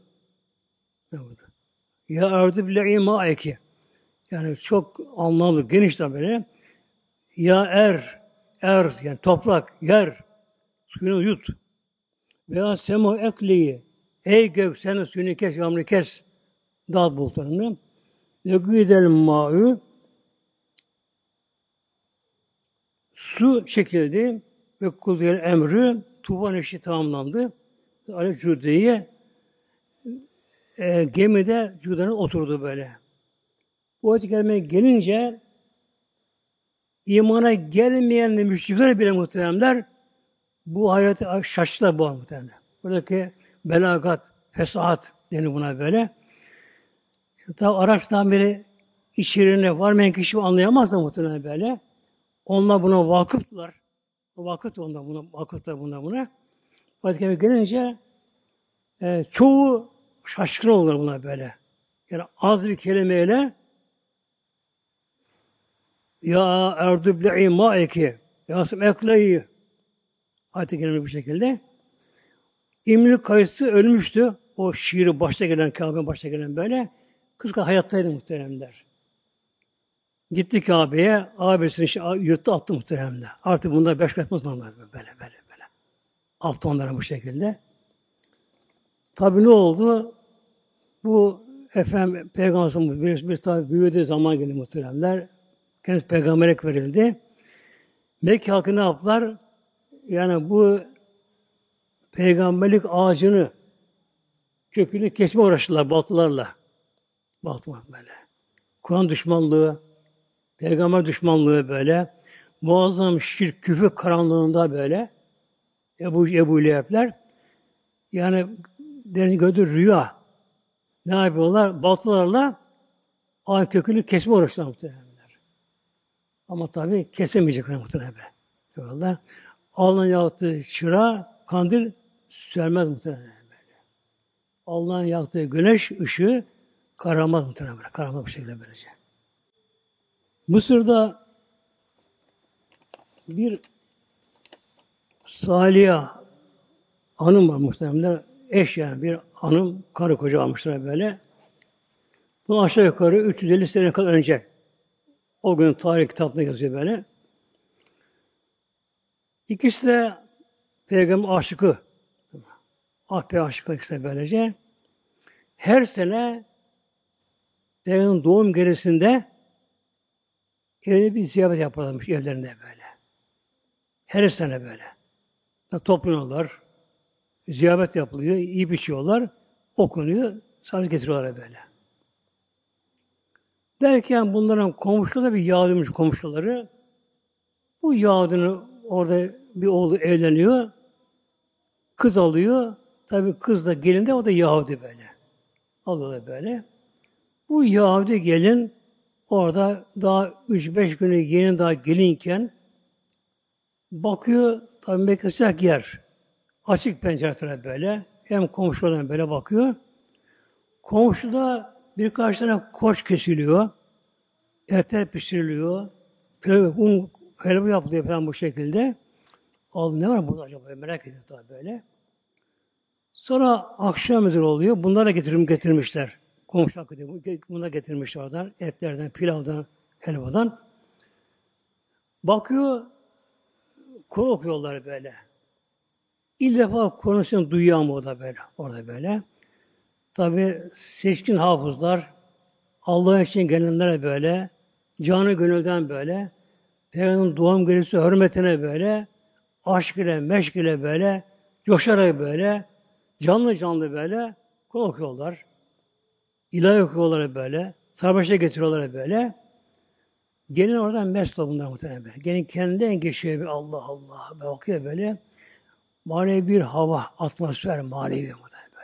Speaker 1: Ya erdu bil'im ma'eki yani çok anlamlı, geniş de böyle. Ya er, er yani toprak, yer, suyunu yut. Veya sema ekliyi, ey gök senin suyunu kes, yağmuru kes, dağ bulutlarını. Ve güdelim ma'u, su çekildi ve kuluyel emri, tufan işi tamamlandı. Ali Cüde'ye e, gemide Cüde'nin oturdu böyle. Bu ayet-i kerimeye gelince imana gelmeyen müşrikler bile muhteremler bu hayatı şaştılar bu muhteremler. Buradaki belagat, fesahat denir buna böyle. Tabi Arapçadan biri içeriğine varmayan kişi anlayamaz da muhtemelen böyle. Onlar buna vakıftılar. Vakıf onlar buna, vakıflar buna buna. Vakıflar gelince e, çoğu şaşkın olurlar buna böyle. Yani az bir kelimeyle ya erdu bi'i ma'eki ya sım ekleyi ayet-i kerime bu şekilde. İmri Kayısı ölmüştü. O şiiri başta gelen, Kabe'nin başta gelen böyle. Kız hayattaydı muhteremler. Gitti Kabe'ye, abisini işte, yurtta attı muhteremler. Artık bunlar beş katmaz onlar böyle böyle böyle. Attı onlara bu şekilde. Tabi ne oldu? Bu efendim Peygamberimiz bir, bir tabi büyüdüğü zaman geldi muhteremler. Kendisi peygamberlik verildi. Mekke halkı ne yaptılar? Yani bu peygamberlik ağacını kökünü kesme uğraştılar baltalarla. Baltma böyle. Kur'an düşmanlığı, peygamber düşmanlığı böyle. Muazzam şirk, küfür karanlığında böyle. Ebu, Ebu Leheb'ler. Yani deniz gördüğü rüya. Ne yapıyorlar? Baltalarla ağaç kökünü kesme uğraştılar muhtemelen. Ama tabii kesemeyecekler muhtemelen. Diyorlar. Allah'ın yaktığı çıra, kandil sönmez muhtemelen böyle. Allah'ın yaktığı güneş ışığı karamaz muhtemelen böyle. Karamaz bir şekilde böylece. Mısır'da bir Saliha hanım var muhtemelen. Eş yani bir hanım, karı koca almışlar böyle. Bu aşağı yukarı üç yüz elli sene kadar önce. O gün tarih kitabında yazıyor böyle. İkisi de Peygamber aşıkı. Ahpe aşıkı ikisi de böylece. Her sene Peygamber'in doğum gerisinde evde bir ziyaret yaparlarmış evlerinde böyle. Her sene böyle. Toplanıyorlar. Ziyaret yapılıyor. İyi biçiyorlar. Okunuyor. Sadece getiriyorlar böyle. Derken bunların komşuları bir Yahudiymiş komşuları. Bu Yahudinin orada bir oğlu evleniyor. Kız alıyor. Tabii kız da gelin de o da Yahudi böyle. Alıyorlar böyle. Bu Yahudi gelin orada daha üç beş günü yeni daha gelinken bakıyor tabii Mekke sıcak yer. Açık pencereler böyle. Hem komşularına böyle bakıyor. Komşuda birkaç tane koç kesiliyor. Etler pişiriliyor. Pilav, un, helva yapılıyor falan bu şekilde. Al ne var burada acaba? Merak ediyor tabii böyle. Sonra akşam üzeri oluyor. Bunlara getirim getirmişler. Komşu hakkı diyor. Bunlar getirmişler oradan. Etlerden, pilavdan, helvadan. Bakıyor, Kur'an okuyorlar böyle. İlk defa konusunu duyuyor ama o da böyle. Orada böyle. Tabi seçkin hafızlar, Allah için gelenlere böyle, canı gönülden böyle, Peygamber'in doğum günüsü hürmetine böyle, aşk ile, meşk ile böyle, coşarak böyle, canlı canlı böyle, Kur'an okuyorlar. İlahi okuyorlar böyle, sarbaşa getiriyorlar böyle. Gelin oradan mest oluyor bunlar muhtemelen böyle. Gelin kendinden geçiyor bir Allah Allah. Bakıyor böyle. Manevi bir hava, atmosfer, manevi muhtemelen böyle.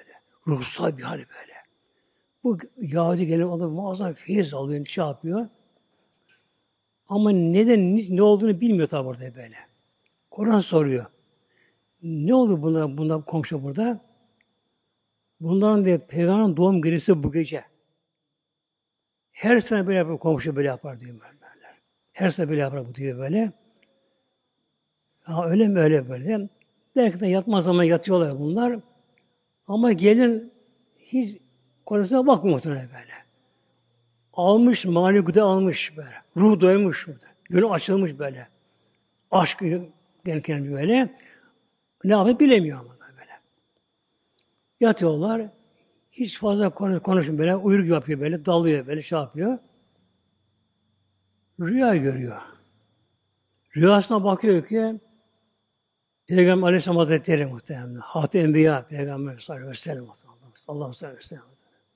Speaker 1: Ruhsal bir hal böyle. Bu Yahudi gelip onu muazzam feyiz alıyor, şey yapıyor. Ama neden, ne olduğunu bilmiyor tabi orada böyle. Kur'an soruyor. Ne oldu buna, buna komşu burada? Bunların diye peygamberin doğum gecesi bu gece. Her sene böyle yapar, komşu böyle yapar diyor böyle. Her sene böyle yapar bu diyor böyle. Ha öyle mi öyle böyle. Belki de yatma zaman yatıyorlar bunlar. Ama gelin hiç konusuna bakmıyor muhtemelen böyle. Almış, manevi gıda almış böyle. Ruh doymuş burada. Gönül açılmış böyle. Aşk gelirken böyle. Ne yapıp bilemiyor ama da böyle. Yatıyorlar. Hiç fazla konuş, konuşmuyor böyle. Uyruk yapıyor böyle. Dalıyor böyle. Şey yapıyor. Rüya görüyor. Rüyasına bakıyor ki Peygamber Aleyhisselam Hazretleri muhtemelen. Hat-ı Enbiya Peygamber sallallahu aleyhi ve sellem. Allah'ım sallallahu aleyhi ve sellem.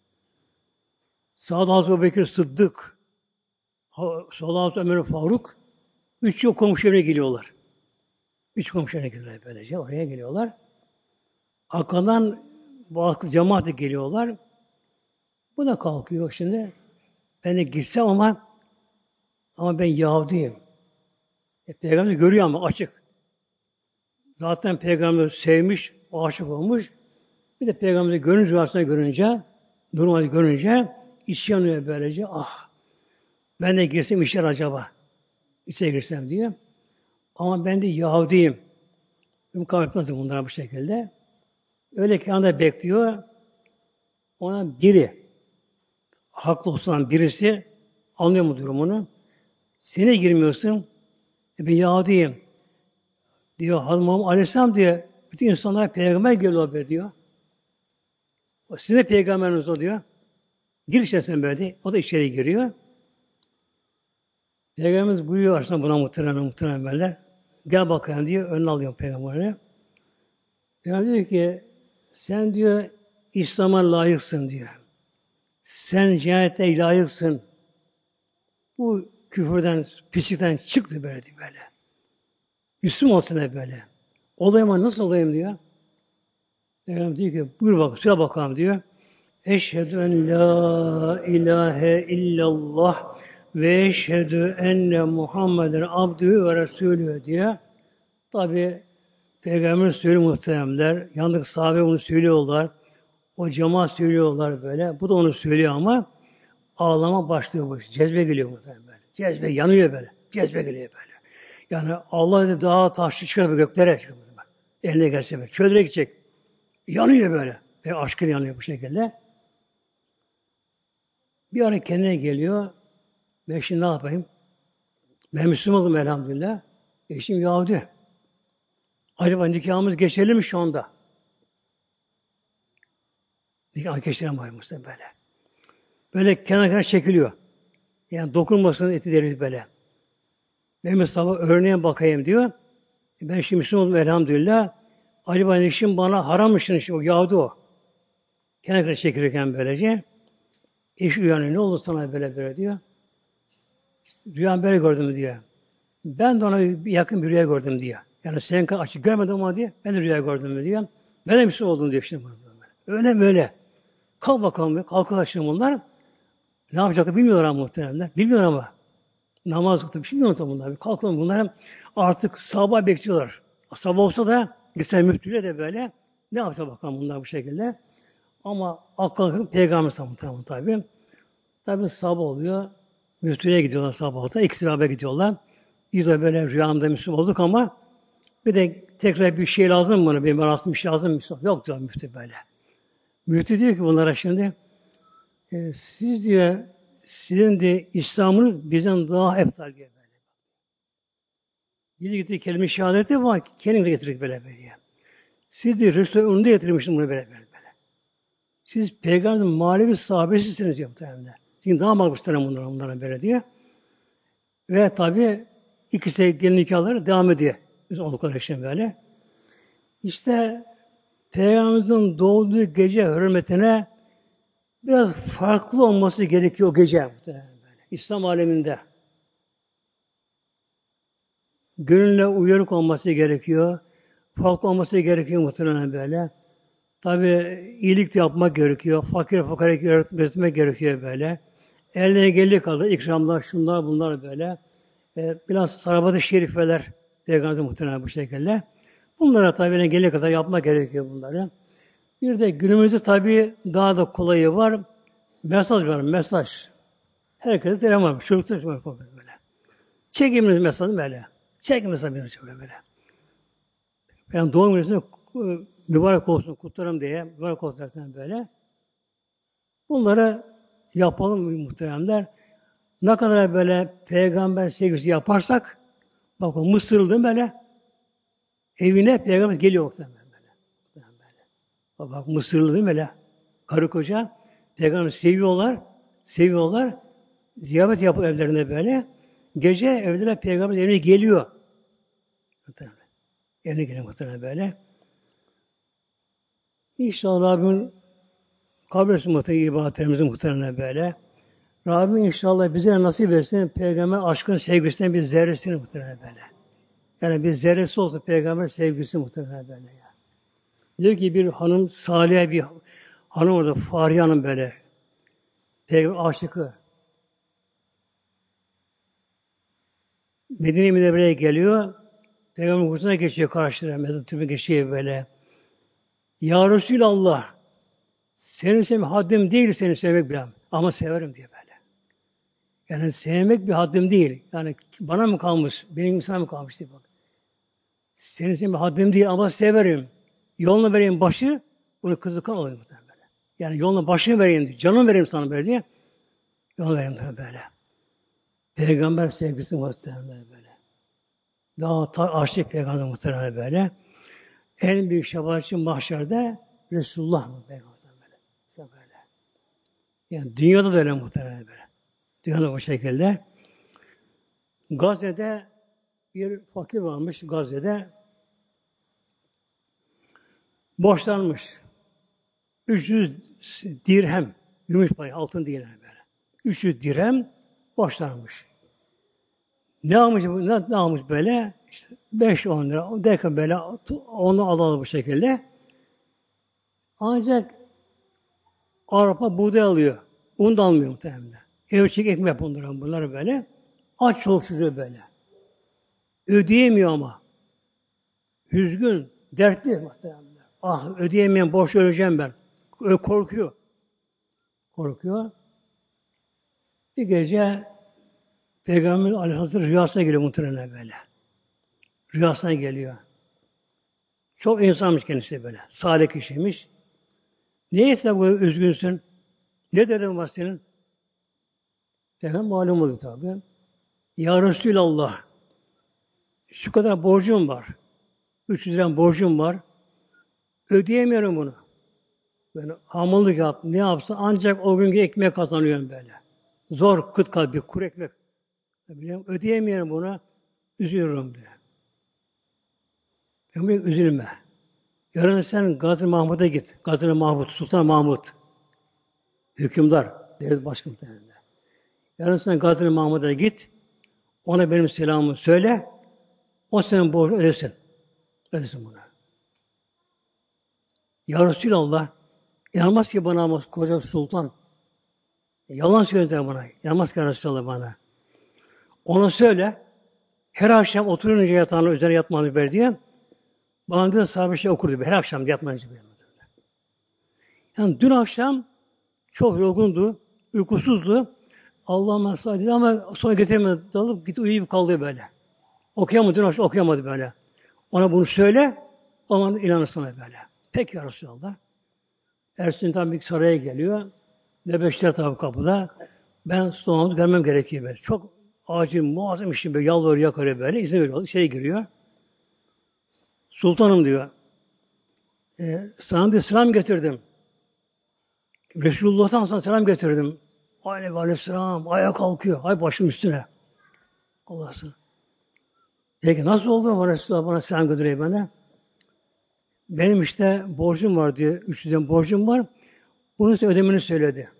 Speaker 1: Sağda Hazreti Ebubekir Sıddık, solda Hazreti Ömer Faruk, üç yıl komşu evine geliyorlar. Üç komşu evine geliyorlar böylece, oraya geliyorlar. Arkadan bazı cemaat de geliyorlar. Bu da kalkıyor şimdi. Ben de gitsem ama ama ben Yahudiyim. E, Peygamber görüyor ama açık. Zaten Peygamber sevmiş, aşık olmuş. Bir de Peygamber'i görünce, rüyasında görünce, durmadı görünce iç yanıyor böylece. Ah! Ben de girsem işler acaba. İçeri girsem diyor. Ama ben de Yahudiyim. Mümkün etmez bunlara bu şekilde. Öyle ki anda bekliyor. Ona biri, haklı olan birisi anlıyor mu durumunu? Sene girmiyorsun. E ben Yahudiyim. Diyor Hazreti Aleyhisselam diye bütün insanlara peygamber geliyor be diyor. O sizin de peygamberiniz o diyor. Gir içeri sen böyle. O da içeri giriyor. Peygamberimiz buyuruyor aslında buna muhtemelen muhtemelen. Gel bakayım diyor. Önüne alıyor peygamberi. Peygamber diyor ki sen diyor İslam'a layıksın diyor. Sen cennete layıksın. Bu küfürden, pislikten çıktı böyle diyor böyle. Müslüman olsun da böyle. Olayım ama nasıl olayım diyor. Peygamber diyor ki buyur bak, söyle bakalım diyor. Eşhedü en la ilahe illallah ve eşhedü enne Muhammeden abdühü ve resulü diye. Tabi Peygamber söylüyor muhteremler. Yanındaki sahabe bunu söylüyorlar. O cemaat söylüyorlar böyle. Bu da onu söylüyor ama ağlama başlıyor bu. Cezbe geliyor muhterem böyle. Cezbe yanıyor böyle. Cezbe geliyor böyle. Yani Allah dedi daha taşlı çıkar göklere çıkar. Eline gelse böyle. Çöldüre gidecek. Yanıyor böyle. Ve aşkın yanıyor bu şekilde. Bir ara kendine geliyor. Ben şimdi ne yapayım? Ben Müslüman oldum elhamdülillah. Eşim Yahudi. Acaba nikahımız geçerli mi şu anda? Nikah geçiren var Mustafa böyle. Böyle kenar kenar çekiliyor. Yani dokunmasın eti deriz böyle. Ben Mustafa örneğe bakayım diyor. Ben şimdi Müslüman oldum elhamdülillah. Acaba işim bana haram mı şimdi? O Yahudi o. Kenar kenar çekilirken böylece. Eş uyanıyor. Ne oldu sana böyle böyle diyor. İşte, rüyam böyle gördüm diyor. Ben de ona yakın bir rüya gördüm diyor. Yani sen açık görmedim ama diye. Ben de rüya gördüm diyor. Ben de Müslüman oldum diyor şimdi. Öyle mi öyle? Kalk bakalım. Kalkıyorlar şimdi bunlar. Ne yapacaklar bilmiyorlar ama muhtemelen. Bilmiyorlar ama. Namaz yok tabii. Bilmiyorlar bunlar. Kalkalım bunlar artık sabah bekliyorlar. Sabah olsa da gitsen müftüyle de böyle. Ne yapacak bakalım bunlar bu şekilde. Ama akıl peygamber muhtemelen tabii. Tabii sabah oluyor. Müftüye gidiyorlar sabahta. İkisi beraber gidiyorlar. Biz de böyle rüyamda Müslüman olduk ama bir de tekrar bir şey lazım mı bana? Benim arasında bir şey lazım mı? Yok diyor müftü böyle. Müftü diyor ki bunlara şimdi e, siz diyor sizin de İslam'ınız bizden daha eftal diyor böyle. Bizi getirdik kelime-i şehadeti ama kendini de getirdik böyle böyle. Siz de Resulü önünde getirmişsiniz bunu böyle böyle. Siz peygamberin manevi sahabesisiniz diyor muhtemelen. Çünkü daha makbuşlarım bunlara, bunlara böyle diyor. Ve tabi ikisi gelin nikahları devam ediyor. Biz oldukları için böyle. İşte Peygamberimizin doğduğu gece hürmetine biraz farklı olması gerekiyor o gece. Böyle. İslam aleminde. Gönülle uyarık olması gerekiyor. Farklı olması gerekiyor muhtemelen böyle. Tabii iyilik de yapmak gerekiyor. Fakir fakir götürmek gerekiyor böyle. Eline geldiği kadar ikramlar, şunlar bunlar böyle. Ee, biraz salavat-ı şerifeler Peygamber muhtemelen bu şekilde. Bunlara tabii eline geldiği kadar yapmak gerekiyor bunları. Bir de günümüzde tabii daha da kolayı var. Mesaj var, mesaj. Herkese telefon var. Çocuklar şöyle böyle. Çekiminiz mesajı böyle. Çekin mesajı böyle böyle. Ben doğum gününüzde mübarek olsun, kutlarım diye, mübarek olsun zaten böyle. Bunları yapalım muhteremler. Ne kadar böyle peygamber sevgisi yaparsak, bakın Mısırlı böyle, evine peygamber geliyor muhterem böyle. böyle. Bak Mısırlı değil mi böyle? Karı koca, peygamber seviyorlar, seviyorlar. Ziyaret yapıyor evlerine böyle. Gece evlerine peygamber evine geliyor. Muhterem. Evine geliyor muhterem böyle. İnşallah Rabbim kabul etsin muhtemelen ibadetlerimizi muhtemelen böyle. Rabbim inşallah bize nasip etsin peygamber aşkın sevgisinden bir zerresini muhtemelen böyle. Yani bir zerresi olsun peygamber sevgisi muhtemelen böyle. Yani. Diyor ki bir hanım salih bir hanım orada Fahriye Hanım böyle. Peygamber aşıkı. Medine-i Münevvere'ye geliyor. Peygamber kursuna geçiyor karşıya. Mezun tübü geçiyor böyle. Ya Resulallah, seni sevmek haddim değil, seni sevmek bilmem. Ama severim diye böyle. Yani sevmek bir haddim değil. Yani bana mı kalmış, benim insana mı kalmış diye bak. Seni sevmek haddim değil ama severim. Yolunu vereyim başı, bunu kızıkan olayım böyle. Yani yoluna başını vereyim diye, canımı vereyim sana böyle diye. Yolunu vereyim tabii böyle. Peygamber sevgisi muhtemelen böyle. Daha ta aşık peygamber muhtemelen böyle. En büyük şefaatçi mahşerde Resulullah mı böyle. böyle. Yani dünyada da öyle muhtemelen böyle. Dünyada bu şekilde. Gazze'de bir fakir varmış Gazze'de. Borçlanmış. üç yüz dirhem. Gümüş parayı, altın dirhem böyle. üç yüz dirhem borçlanmış. Ne almış, ne, ne almış böyle? İşte beş on lira. Derken böyle onu alalım bu şekilde. Ancak Avrupa buğday alıyor. Un da almıyor muhtemelen. Ölçek ekmek bunları, bunları böyle. Aç çoluk çocuğu böyle. Ödeyemiyor ama. Üzgün, dertli muhtemelen. Ah ödeyemeyen borç öleceğim ben. Korkuyor. Korkuyor. Bir gece Peygamber Aleyhisselam rüyasına geliyor muhtemelen böyle. Rüyasına geliyor. Çok insanmış kendisi böyle. Salih kişiymiş. Neyse bu üzgünsün. Ne dedim var senin? Peygamber malum oldu tabi. Ya Resulallah, şu kadar borcum var. üç yüz lira borcum var. Ödeyemiyorum bunu. Böyle hamurluk yap, ne yapsa ancak o günkü ekmek kazanıyorum böyle. Zor, kıt kalbi, kuru ekmek. Biliyorum, ödeyemiyorum bunu. Üzülüyorum diye. Peygamber üzülme. Yarın sen Gazi Mahmud'a git. Gazi Mahmud, Sultan Mahmud. Hükümdar, devlet başkanı. Yarın sen Gazi Mahmud'a git. Ona benim selamımı söyle. O senin borcunu ödesin. Ödesin bunu. Ya Resulallah, inanmaz ki bana ama koca sultan. Yalan söyledi bana. İnanmaz ki Resulallah bana. Ona söyle, her akşam oturunca yatağına üzerine yatmanı ver diye, bana da sahibi şey okurdu. Her akşam yatmanı ver. Yani dün akşam çok yorgundu, uykusuzdu. Allah'ıma saydı ama sonra getiremedi, dalıp gitti uyuyup kaldı böyle. Okuyamadı, dün akşam okuyamadı böyle. Ona bunu söyle, o zaman inanır sana böyle. Peki ya Resulallah. Ersin tam bir saraya geliyor. Nebeşler tabi kapıda. Ben Sultan'ı görmem gerekiyor böyle. Çok acil, muazzam işim böyle. Yalvarıyor, yakarıyor böyle. İzin veriyor. İçeri giriyor. Sultanım diyor. E, sana diyor selam getirdim. Resulullah'tan sana selam getirdim. Aleyhi aleyhisselam. Ayağa kalkıyor. Ay başım üstüne. Allah'ım. Peki nasıl oldu mu Resulullah bana selam götürüyor bana? Benim işte borcum var diyor. üç yüzden borcum var. Bunun size ödemeni söyledi.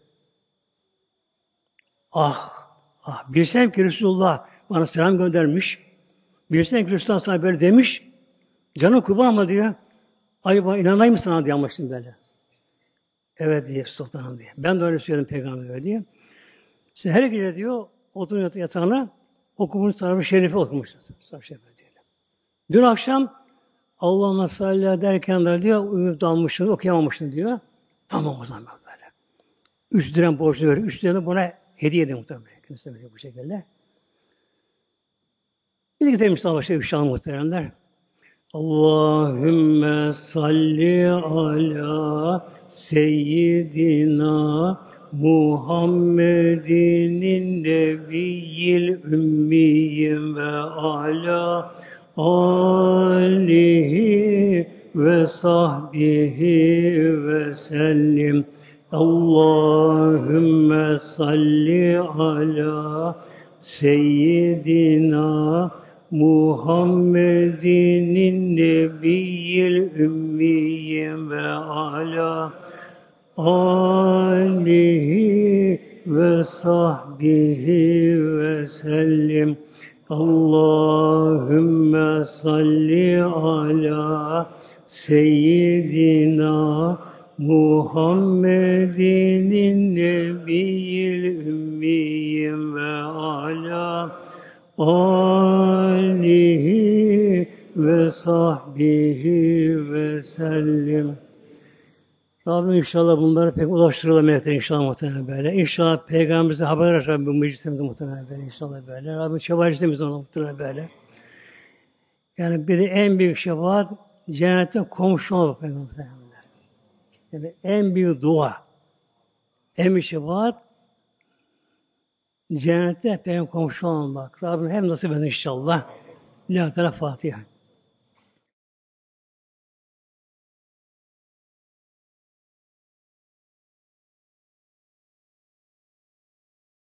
Speaker 1: Ah, ah. Bilsem ki Resulullah bana selam göndermiş. Bilsem ki Resulullah sana böyle demiş. Canım kurban ama diyor. Ay bana inanayım mı sana diye anlaştım böyle. Evet diye sultanım diye. Ben de öyle söyledim peygamber diye. İşte her gece diyor oturun yatağına okumuş sarfı şerifi okumuş. Sarfı şerifi diye. Dün akşam Allah'ıma salli derken de diyor uyuyup dalmışsın, okuyamamışsın diyor. Tamam o zaman böyle. Üç dirhem borçlu veriyor. Üç dirhem buna hediye edin muhtemelen. Kendisi böyle bu şekilde. Bir de gidelim işte başka üç an muhteremler. Allahümme salli ala seyyidina Muhammedin nebiyyil ümmiyyin ve ala alihi ve sahbihi ve sellim. Allahümme salli ala seyyidina Muhammedin nebiyyil ümmiyyin ve ala alihi ve sahbihi ve sellim. Allahümme salli ala seyyidina Muhammedin nebiyyil ümmiyyin ve ala alihi ve sahbihi ve sellim. Rabbim inşallah bunları pek ulaştıralım melekler inşallah muhtemelen böyle. İnşallah Peygamberimize haber açar bu meclisimizde muhtemelen böyle inşallah böyle. Rabbim çabaçlığımız ona muhtemelen böyle. Yani bir de en büyük şefaat cennette komşu olmak Peygamberimize. Yani en büyük dua, en büyük şefaat cennette Peygamber komşu olmak. Rabbim hem nasip edin inşallah. Lillahi Teala Fatiha.